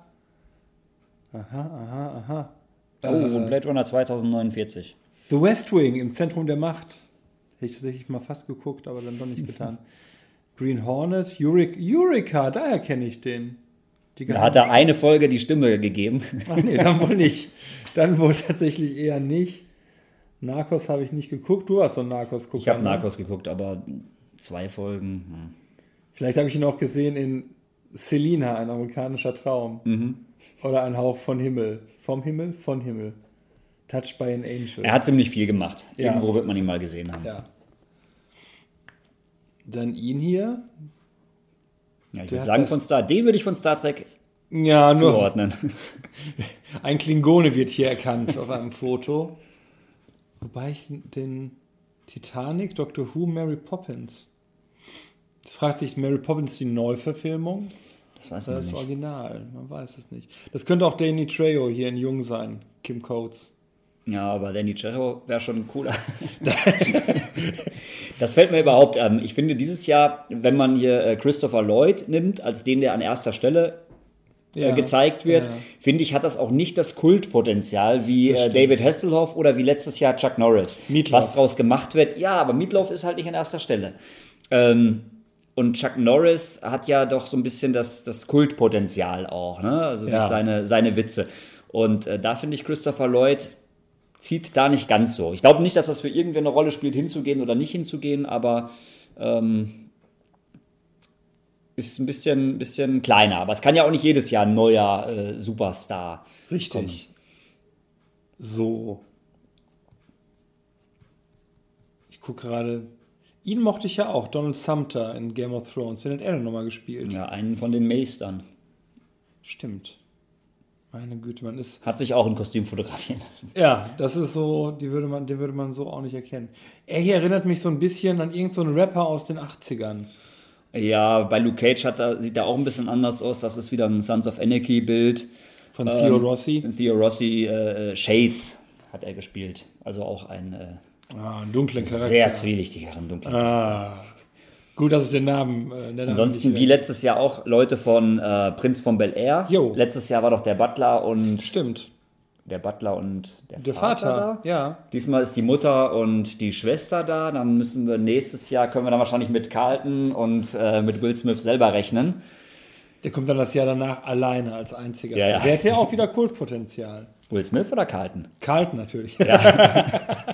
Und Blade Runner 2049. The West Wing, im Zentrum der Macht. Hätte ich tatsächlich mal fast geguckt, aber dann doch nicht getan. Green Hornet, Eureka, daher kenne ich den. Da hat er eine Folge die Stimme gegeben. Ach nee, dann wohl nicht. Dann wohl tatsächlich eher nicht. Narcos habe ich nicht geguckt. Du hast so einen Narcos geguckt. Ich habe Narcos geguckt, aber 2 Folgen. Vielleicht habe ich ihn auch gesehen in Selina, ein amerikanischer Traum. Oder ein Hauch von Himmel. Vom Himmel? Von Himmel. Touched by an Angel. Er hat ziemlich viel gemacht. Ja. Irgendwo wird man ihn mal gesehen haben. Ja. Dann ihn hier. Ja, ich würde sagen, den würde ich von Star Trek Ja, nur zuordnen. ein Klingone wird hier erkannt auf einem Foto. Wobei ich den Titanic, Doctor Who, Mary Poppins. Jetzt fragt sich Mary Poppins die Neuverfilmung? Das weiß Oder man das nicht. Original? Man weiß es nicht. Das könnte auch Danny Trejo hier in Jung sein. Kim Coates. Ja, aber Danny Trejo wäre schon cooler. Das fällt mir überhaupt an. Ich finde dieses Jahr, wenn man hier Christopher Lloyd nimmt, als den, der an erster Stelle gezeigt wird, finde ich, hat das auch nicht das Kultpotenzial wie David Hasselhoff oder wie letztes Jahr Chuck Norris. Meatloaf. Was draus gemacht wird. Ja, aber Meatloaf ist halt nicht an erster Stelle. Und Chuck Norris hat ja doch so ein bisschen das Kultpotenzial auch, ne? Also durch seine Witze. Und da finde ich, Christopher Lloyd zieht da nicht ganz so. Ich glaube nicht, dass das für irgendwer eine Rolle spielt, hinzugehen oder nicht hinzugehen, aber ist ein bisschen kleiner. Aber es kann ja auch nicht jedes Jahr ein neuer Superstar Richtig. kommen. So. Ich gucke gerade. Ihn mochte ich ja auch, Donald Sumter in Game of Thrones. Wen hat er denn nochmal gespielt? Ja, einen von den Meistern. Stimmt. Meine Güte, man ist. Hat sich auch ein Kostüm fotografieren lassen. Ja, das ist so, den würde man so auch nicht erkennen. Er hier erinnert mich so ein bisschen an irgendeinen so einen Rapper aus den 80ern. Ja, bei Luke Cage sieht er auch ein bisschen anders aus. Das ist wieder ein Sons of Anarchy-Bild. Von Theo Rossi. Theo Rossi, Shades hat er gespielt. Also auch ein Einen dunklen Charakter. sehr zwielichtigeren dunklen. Gut, dass es den Namen Ansonsten wie letztes Jahr auch Leute von Prinz von Bel-Air. Jo. Letztes Jahr war doch der Butler und Stimmt. der Der Vater da. ja. Diesmal ist die Mutter und die Schwester da. Dann müssen wir nächstes Jahr, können wir dann wahrscheinlich mit Carlton und mit Will Smith selber rechnen. Der kommt dann das Jahr danach alleine als einziger. Ja, ja. Der hat ja auch wieder Kultpotenzial. Will Smith oder Carlton? Carlton natürlich. Ja.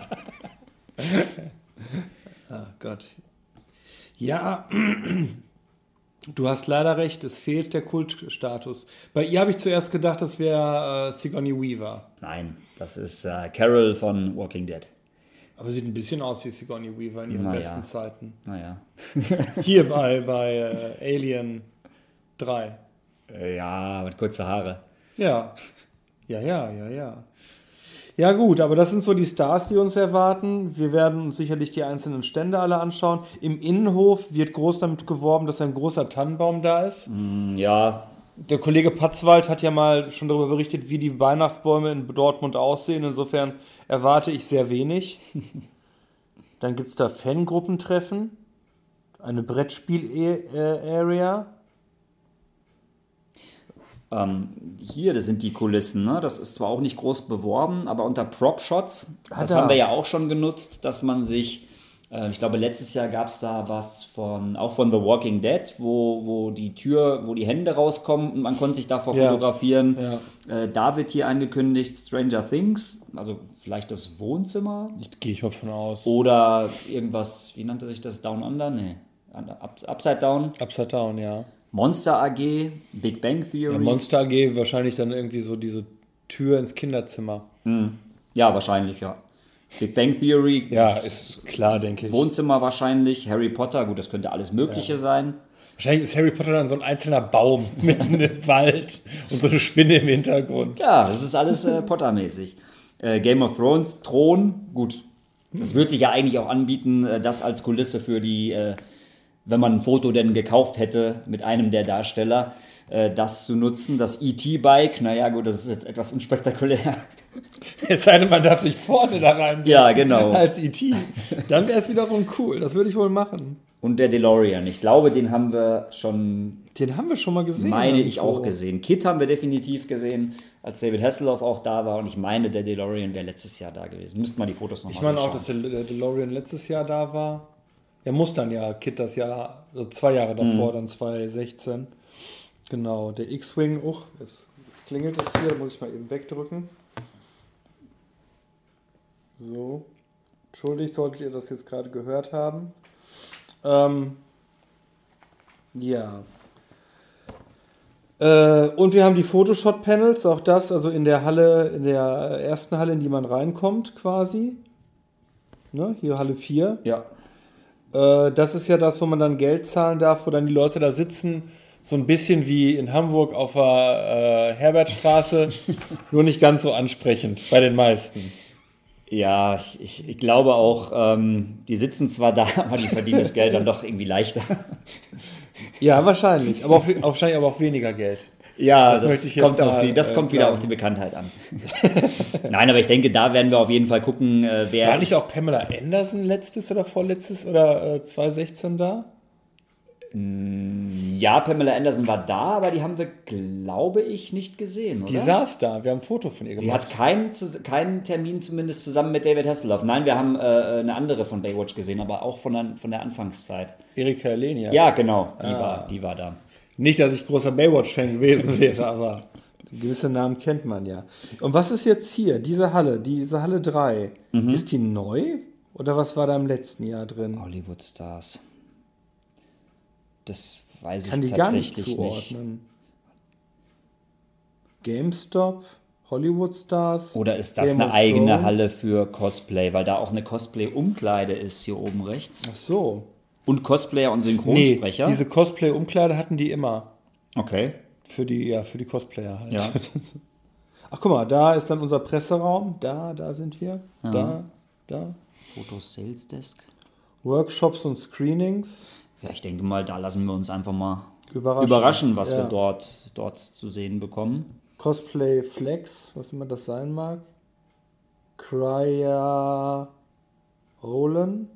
Ah Gott. Ja, du hast leider recht, es fehlt der Kultstatus. Bei ihr habe ich zuerst gedacht, das wäre Sigourney Weaver. Nein, das ist Carol von Walking Dead. Aber sieht ein bisschen aus wie Sigourney Weaver in ihren besten Zeiten. Naja. Hier bei Alien 3. Ja, mit kurzer Haare. Ja. Ja gut, aber das sind so die Stars, die uns erwarten. Wir werden uns sicherlich die einzelnen Stände alle anschauen. Im Innenhof wird groß damit geworben, dass ein großer Tannenbaum da ist. Ja. Der Kollege Patzwald hat ja mal schon darüber berichtet, wie die Weihnachtsbäume in Dortmund aussehen. Insofern erwarte ich sehr wenig. Dann gibt es da Fangruppentreffen, eine Brettspiel-Area. Hier, das sind die Kulissen, ne? Das ist zwar auch nicht groß beworben, aber unter Prop-Shots, das haben wir ja auch schon genutzt, dass man sich, ich glaube letztes Jahr gab es da was auch von The Walking Dead, wo die Tür, wo die Hände rauskommen und man konnte sich davor fotografieren. Ja. Da wird hier angekündigt Stranger Things, also vielleicht das Wohnzimmer. Gehe ich mal von aus. Oder irgendwas, wie nannte sich das, Down Under? Nee, Upside Down. Upside Down, ja. Monster AG, Big Bang Theory. Ja, Monster AG wahrscheinlich dann irgendwie so diese Tür ins Kinderzimmer. Ja, wahrscheinlich, ja. Big Bang Theory. Ja, ist klar, denke ich. Wohnzimmer wahrscheinlich. Harry Potter, gut, das könnte alles Mögliche sein. Wahrscheinlich ist Harry Potter dann so ein einzelner Baum mitten im Wald und so eine Spinne im Hintergrund. Ja, das ist alles Potter-mäßig. Game of Thrones, Thron, gut. Das würde sich ja eigentlich auch anbieten, das als Kulisse für die, wenn man ein Foto denn gekauft hätte mit einem der Darsteller, das zu nutzen. Das E.T.-Bike, naja gut, das ist jetzt etwas unspektakulär. Es sei denn, man darf sich vorne da rein Ja, genau. als E.T. Dann wäre es wiederum cool, das würde ich wohl machen. Und der DeLorean, ich glaube, den haben wir schon... Den haben wir schon mal gesehen. Meine ich auch gesehen. Kit haben wir definitiv gesehen, als David Hasselhoff auch da war. Und ich meine, der DeLorean wäre letztes Jahr da gewesen. Müssten wir die Fotos nochmal Ich meine auch, dass der DeLorean letztes Jahr da war. Er muss dann ja, Kit das Jahr, also 2 Jahre davor, dann 2016. Genau, der X-Wing, jetzt klingelt es hier, da muss ich mal eben wegdrücken. So, entschuldigt, solltet ihr das jetzt gerade gehört haben. Ja. Und wir haben die Photoshop-Panels, auch das, also in der Halle, in der ersten Halle, in die man reinkommt quasi. Ne? Hier Halle 4. Ja. Das ist ja das, wo man dann Geld zahlen darf, wo dann die Leute da sitzen, so ein bisschen wie in Hamburg auf der Herbertstraße, nur nicht ganz so ansprechend bei den meisten. Ja, ich glaube auch, die sitzen zwar da, aber die verdienen das Geld dann doch irgendwie leichter. Ja, wahrscheinlich, aber wahrscheinlich aber auch weniger Geld. Ja, möchte ich jetzt das kommt wieder auf die Bekanntheit an. Nein, aber ich denke, da werden wir auf jeden Fall gucken, wer... War nicht auch Pamela Anderson letztes oder vorletztes oder 2016 da? Ja, Pamela Anderson war da, aber die haben wir, glaube ich, nicht gesehen, oder? Die saß da, wir haben ein Foto von ihr gemacht. Sie hat keinen Termin zumindest zusammen mit David Hasselhoff. Nein, wir haben eine andere von Baywatch gesehen, aber auch von der Anfangszeit. Erika Elenia. Ja, genau, die war da. Nicht, dass ich großer Baywatch-Fan gewesen wäre, aber gewisse Namen kennt man ja. Und was ist jetzt hier, diese Halle 3? Ist die neu? Oder was war da im letzten Jahr drin? Hollywood Stars. Das weiß Kann ich die gar nicht tatsächlich zuordnen. GameStop, Hollywood Stars. Oder ist das Game eine of eigene Thrones? Halle für Cosplay? Weil da auch eine Cosplay-Umkleide ist hier oben rechts. Ach so. Und Cosplayer und Nee, Synchronsprecher? diese Cosplay-Umkleide hatten die immer. Okay. Für die Cosplayer halt. Ja. Ach, guck mal, da ist dann unser Presseraum. Da sind wir. Da. Fotos Sales Desk. Workshops und Screenings. Ja, ich denke mal, da lassen wir uns einfach mal Überraschen. überraschen, was Ja. wir dort zu sehen bekommen. Cosplay Flex, was immer das sein mag. Crya Olen.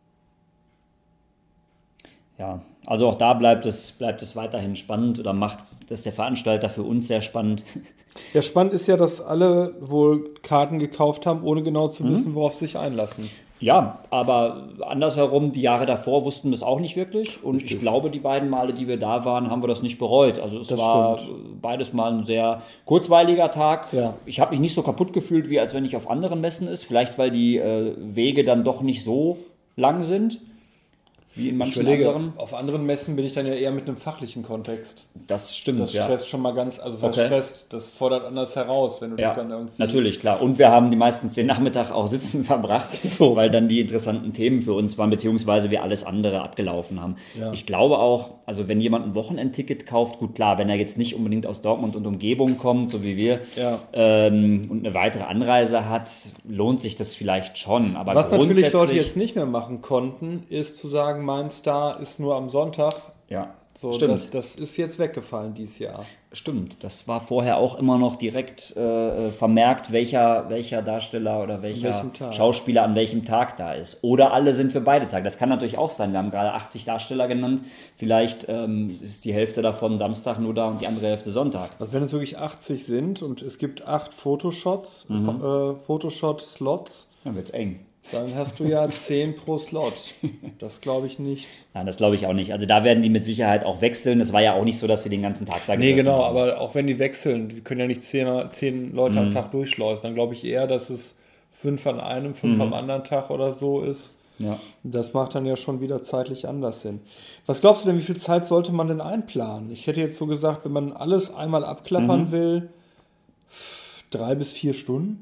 Ja, also auch da bleibt es weiterhin spannend oder macht das der Veranstalter für uns sehr spannend. Ja, spannend ist ja, dass alle wohl Karten gekauft haben, ohne genau zu wissen, worauf sie sich einlassen. Ja, aber andersherum, die Jahre davor wussten das auch nicht wirklich. Und ich glaube, die beiden Male, die wir da waren, haben wir das nicht bereut. Also es Das war stimmt. beides mal ein sehr kurzweiliger Tag. Ja. Ich habe mich nicht so kaputt gefühlt, wie als wenn ich auf anderen Messen ist. Vielleicht, weil die Wege dann doch nicht so lang sind, wie in Ich manchen überlege, anderen. auf anderen Messen bin ich dann ja eher mit einem fachlichen Kontext. Das stimmt, Das ja. stresst schon mal ganz, also was Okay. stresst, das fordert anders heraus, wenn du dich Ja, dann irgendwie... natürlich, klar. Und wir haben die meistens den Nachmittag auch sitzen verbracht, weil dann die interessanten Themen für uns waren, beziehungsweise wir alles andere abgelaufen haben. Ja. Ich glaube auch, also wenn jemand ein Wochenendticket kauft, gut klar, wenn er jetzt nicht unbedingt aus Dortmund und Umgebung kommt, so wie wir, Ja. und eine weitere Anreise hat, lohnt sich das vielleicht schon. Aber Was natürlich Leute grundsätzlich- jetzt nicht mehr machen konnten, ist zu sagen, mein Star ist nur am Sonntag. Ja, So, stimmt. das ist jetzt weggefallen dieses Jahr. Stimmt, das war vorher auch immer noch direkt vermerkt, welcher Darsteller oder welcher welchem Tag. Schauspieler an welchem Tag da ist. Oder alle sind für beide Tage. Das kann natürlich auch sein. Wir haben gerade 80 Darsteller genannt. Vielleicht ist die Hälfte davon Samstag nur da und die andere Hälfte Sonntag. Also wenn es wirklich 80 sind und es gibt 8 Photoshots, Photoshot-Slots, Dann wird's eng. dann hast du ja 10 pro Slot. Das glaube ich nicht. Nein, das glaube ich auch nicht. Also da werden die mit Sicherheit auch wechseln. Es war ja auch nicht so, dass sie den ganzen Tag da Nee, gesessen genau, haben. aber auch wenn die wechseln, die können ja nicht 10 Leute am Tag durchschleusen. Dann glaube ich eher, dass es 5 an einem, 5 am anderen Tag oder so ist. Ja. Das macht dann ja schon wieder zeitlich anders Sinn. Was glaubst du denn, wie viel Zeit sollte man denn einplanen? Ich hätte jetzt so gesagt, wenn man alles einmal abklappern will, 3 bis 4 Stunden.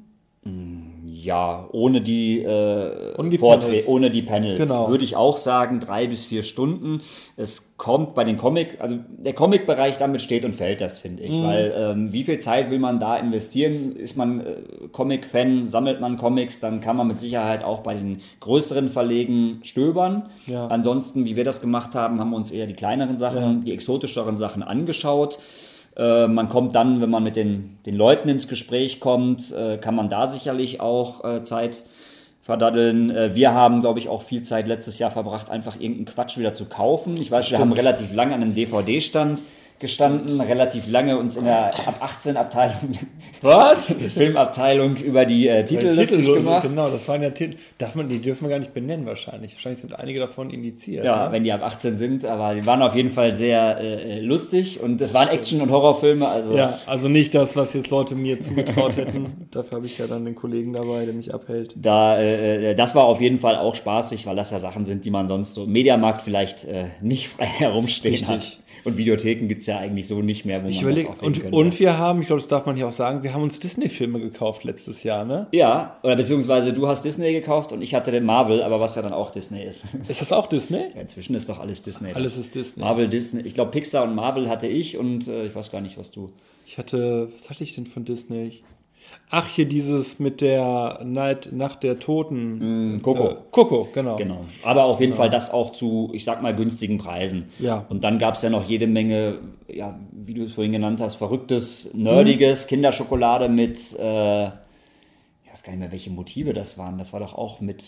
Ja, ohne die Panels. Ohne die Panels, Genau. würde ich auch sagen, 3 bis 4 Stunden. Es kommt bei den also der Comic-Bereich, damit steht und fällt das, finde ich. Weil wie viel Zeit will man da investieren? Ist man Comic-Fan, sammelt man Comics, dann kann man mit Sicherheit auch bei den größeren Verlegen stöbern. Ja. Ansonsten, wie wir das gemacht haben, haben wir uns eher die kleineren Sachen, die exotischeren Sachen angeschaut. Man kommt dann, wenn man mit den Leuten ins Gespräch kommt, kann man da sicherlich auch Zeit verdaddeln. Wir haben, glaube ich, auch viel Zeit letztes Jahr verbracht, einfach irgendeinen Quatsch wieder zu kaufen. Ich weiß, wir haben relativ lange an einem DVD-Stand gestanden, relativ lange uns in der ab 18 Abteilung, Filmabteilung über die Titel lustig gemacht. Genau, das waren ja Titel, die dürfen wir gar nicht benennen wahrscheinlich. Wahrscheinlich sind einige davon indiziert. Ja, ne? wenn die ab 18 sind, aber die waren auf jeden Fall sehr lustig und es waren Action- und Horrorfilme. Also Ja, also nicht das, was jetzt Leute mir zugetraut hätten. Dafür habe ich ja dann den Kollegen dabei, der mich abhält. das war auf jeden Fall auch spaßig, weil das ja Sachen sind, die man sonst so im Mediamarkt vielleicht nicht frei herumstehen Richtig. hat. Und Videotheken gibt es ja eigentlich so nicht mehr, wo Ich man überlege, das auch sehen könnte. und wir haben, ich glaube, das darf man hier auch sagen, wir haben uns Disney-Filme gekauft letztes Jahr, ne? Ja, oder beziehungsweise du hast Disney gekauft und ich hatte den Marvel, aber was ja dann auch Disney ist. Ist das auch Disney? Ja, inzwischen ist doch alles Disney. Alles ist Disney. Marvel, Disney. Ich glaube, Pixar und Marvel hatte ich und ich weiß gar nicht, was du... Was hatte ich denn von Disney? Ach, hier dieses mit der Nacht der Toten. Coco. Coco, genau. Genau. Aber auf jeden Fall das auch zu, ich sag mal, günstigen Preisen. Ja. Und dann gab es ja noch jede Menge, ja, wie du es vorhin genannt hast, verrücktes, nerdiges, Kinderschokolade mit, ich weiß gar nicht mehr, welche Motive das waren. Das war doch auch mit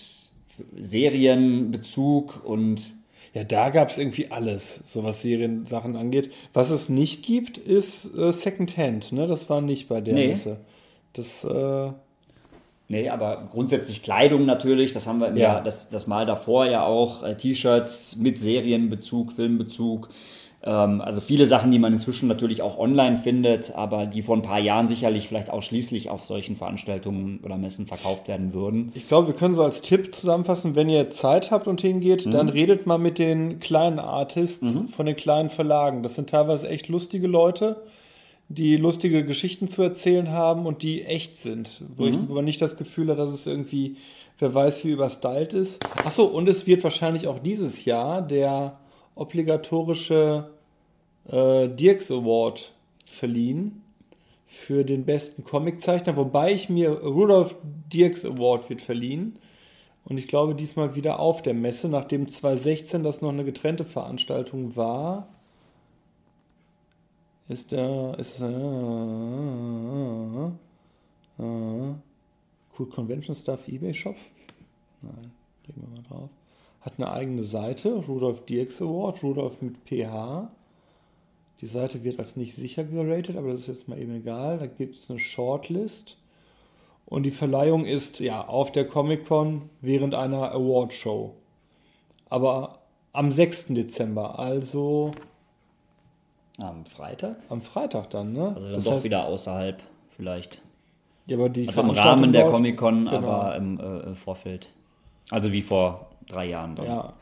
Serienbezug und... Ja, da gab es irgendwie alles, so was Seriensachen angeht. Was es nicht gibt, ist Secondhand, ne? Das war nicht bei der Messe. Das, Nee, aber grundsätzlich Kleidung natürlich, das haben wir im Ja. Jahr, das Mal davor ja auch, T-Shirts mit Serienbezug, Filmbezug, also viele Sachen, die man inzwischen natürlich auch online findet, aber die vor ein paar Jahren sicherlich vielleicht ausschließlich auf solchen Veranstaltungen oder Messen verkauft werden würden. ich glaube, wir können so als Tipp zusammenfassen, wenn ihr Zeit habt und hingeht, dann redet mal mit den kleinen Artists von den kleinen Verlagen. Das sind teilweise echt lustige Leute, die lustige Geschichten zu erzählen haben und die echt sind. Wo man nicht das Gefühl hat, dass es irgendwie, wer weiß, wie überstylt ist. Achso, und es wird wahrscheinlich auch dieses Jahr der obligatorische Dirks Award verliehen für den besten Comiczeichner, wobei Rudolf Dirks Award wird verliehen und ich glaube diesmal wieder auf der Messe, nachdem 2016 das noch eine getrennte Veranstaltung war. Cool Convention Stuff eBay Shop? Nein, legen wir mal drauf. Hat eine eigene Seite, Rudolf Dirks Award, Rudolf mit PH. Die Seite wird als nicht sicher geratet, aber das ist jetzt mal eben egal. Da gibt es eine Shortlist. Und die Verleihung ist ja auf der Comic-Con während einer Award-Show. Aber am 6. Dezember, also Am Freitag? am Freitag dann, ne? Also dann Das doch heißt, wieder außerhalb vielleicht. ja, aber die Also im Veranstaltung Rahmen der läuft- Comic-Con, genau. aber im Vorfeld. Also wie vor 3 Jahren dann. Ja.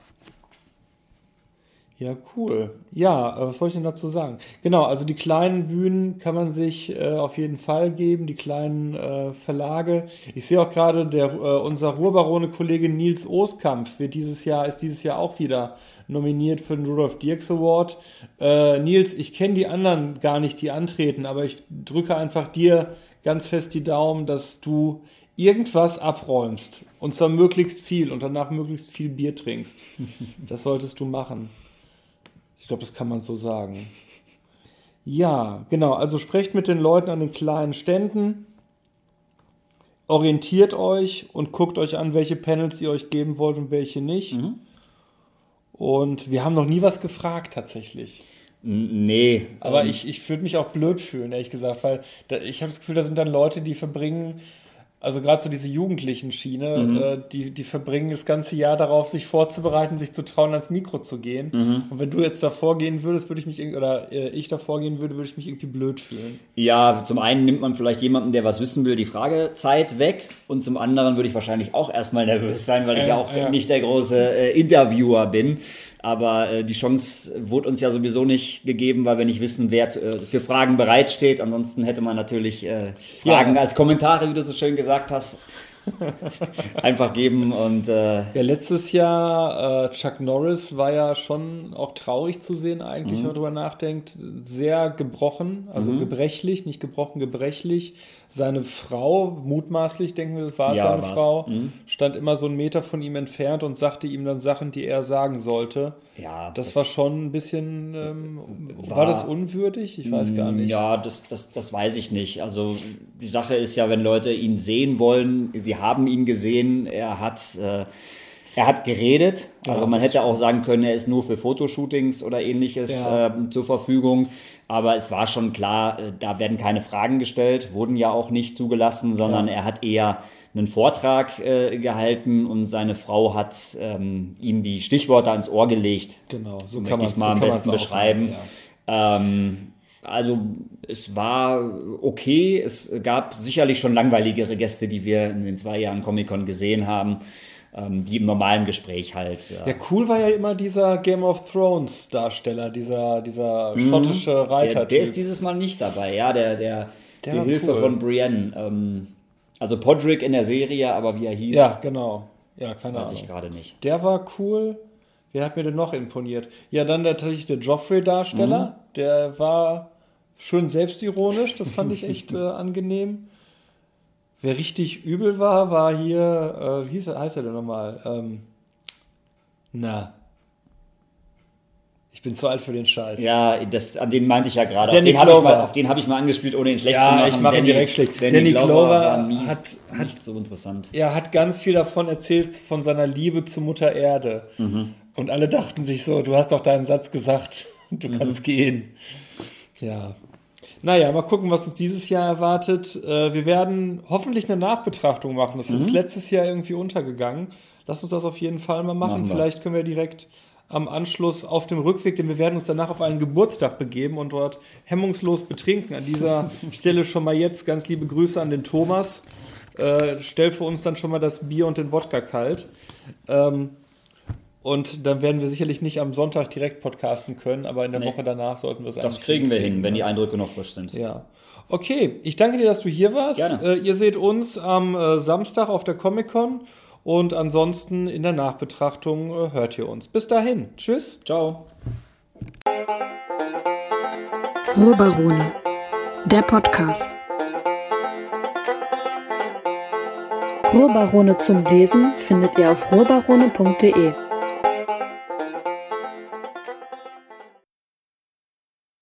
Ja, cool. Ja, was wollte ich denn dazu sagen? Genau, also die kleinen Bühnen kann man sich auf jeden Fall geben, die kleinen Verlage. Ich sehe auch gerade, unser Ruhrbarone-Kollege Nils Ooskamp ist dieses Jahr auch wieder nominiert für den Rudolf Dirks Award. Nils, ich kenne die anderen gar nicht, die antreten, aber ich drücke einfach dir ganz fest die Daumen, dass du irgendwas abräumst. Und zwar möglichst viel und danach möglichst viel Bier trinkst. Das solltest du machen. Ich glaube, das kann man so sagen. Ja, genau. Also sprecht mit den Leuten an den kleinen Ständen. Orientiert euch und guckt euch an, welche Panels ihr euch geben wollt und welche nicht. Und wir haben noch nie was gefragt tatsächlich. Nee. Aber ich würde mich auch blöd fühlen, ehrlich gesagt, weil ich habe das Gefühl, da sind dann Leute, die verbringen, also gerade so diese jugendlichen Schiene, die verbringen das ganze Jahr darauf, sich vorzubereiten, sich zu trauen, ans Mikro zu gehen. Und wenn du jetzt davor gehen würdest, würde ich mich würde ich mich irgendwie blöd fühlen. Ja, zum einen nimmt man vielleicht jemanden, der was wissen will, die Fragezeit weg. Und zum anderen würde ich wahrscheinlich auch erstmal nervös sein, weil ich ja auch nicht der große Interviewer bin. Aber die Chance wurde uns ja sowieso nicht gegeben, weil wir nicht wissen, wer für Fragen bereitsteht. Ansonsten hätte man natürlich Fragen als Kommentare, wie du so schön gesagt hast, einfach geben. Und ja, letztes Jahr Chuck Norris war ja schon auch traurig zu sehen eigentlich, wenn man drüber nachdenkt. Sehr gebrochen, also gebrechlich, nicht gebrochen, gebrechlich. Seine Frau, mutmaßlich, denken wir, das war seine Frau, stand immer so einen Meter von ihm entfernt und sagte ihm dann Sachen, die er sagen sollte. Ja, das war schon ein bisschen, war das unwürdig? Ich weiß gar nicht. Ja, das weiß ich nicht. Also die Sache ist ja, wenn Leute ihn sehen wollen, sie haben ihn gesehen, er hat geredet. Also man hätte auch sagen können, er ist nur für Fotoshootings oder Ähnliches zur Verfügung. Aber es war schon klar, da werden keine Fragen gestellt, wurden ja auch nicht zugelassen, sondern er hat eher einen Vortrag gehalten und seine Frau hat ihm die Stichworte ans Ohr gelegt. Genau, so möchte ich es mal am besten beschreiben. Also es war okay, es gab sicherlich schon langweiligere Gäste, die wir in den 2 Jahren Comic-Con gesehen haben, die im normalen Gespräch halt. Ja, cool war ja immer dieser Game of Thrones Darsteller, dieser schottische Reiter. Der ist dieses Mal nicht dabei, ja, der die Hilfe von Brienne. Also Podrick in der Serie, aber wie er hieß. Ja, genau. Ja, keine Ahnung. Weiß ich gerade nicht. Der war cool. Wer hat mir denn noch imponiert? Ja, dann tatsächlich der Joffrey-Darsteller. Der war schön selbstironisch. Das fand ich echt angenehm. Wer richtig übel war hier, wie heißt er denn nochmal? Ich bin zu alt für den Scheiß. Ja, an den meinte ich ja gerade. Auf den habe ich mal angespielt, ohne ihn schlecht zu machen. Ja, ich mache ihn direkt schlecht. Danny Glover war mies, nicht so interessant. Er hat ganz viel davon erzählt, von seiner Liebe zu Mutter Erde. Und alle dachten sich so, du hast doch deinen Satz gesagt, du kannst gehen. Ja. Naja, mal gucken, was uns dieses Jahr erwartet. Wir werden hoffentlich eine Nachbetrachtung machen. Das ist uns letztes Jahr irgendwie untergegangen. Lass uns das auf jeden Fall mal machen. Vielleicht können wir direkt am Anschluss auf dem Rückweg, denn wir werden uns danach auf einen Geburtstag begeben und dort hemmungslos betrinken. An dieser Stelle schon mal jetzt ganz liebe Grüße an den Thomas. Stell für uns dann schon mal das Bier und den Wodka kalt. Und dann werden wir sicherlich nicht am Sonntag direkt podcasten können, aber in der Woche danach sollten wir es eigentlich. Das kriegen wir hin, wenn die Eindrücke noch frisch sind. Ja. Okay, ich danke dir, dass du hier warst. Gerne. Ihr seht uns am Samstag auf der Comic-Con und ansonsten in der Nachbetrachtung hört ihr uns. Bis dahin. Tschüss. Ciao. Ruhrbarone, der Podcast. Ruhrbarone zum Lesen findet ihr auf ruhrbarone.de.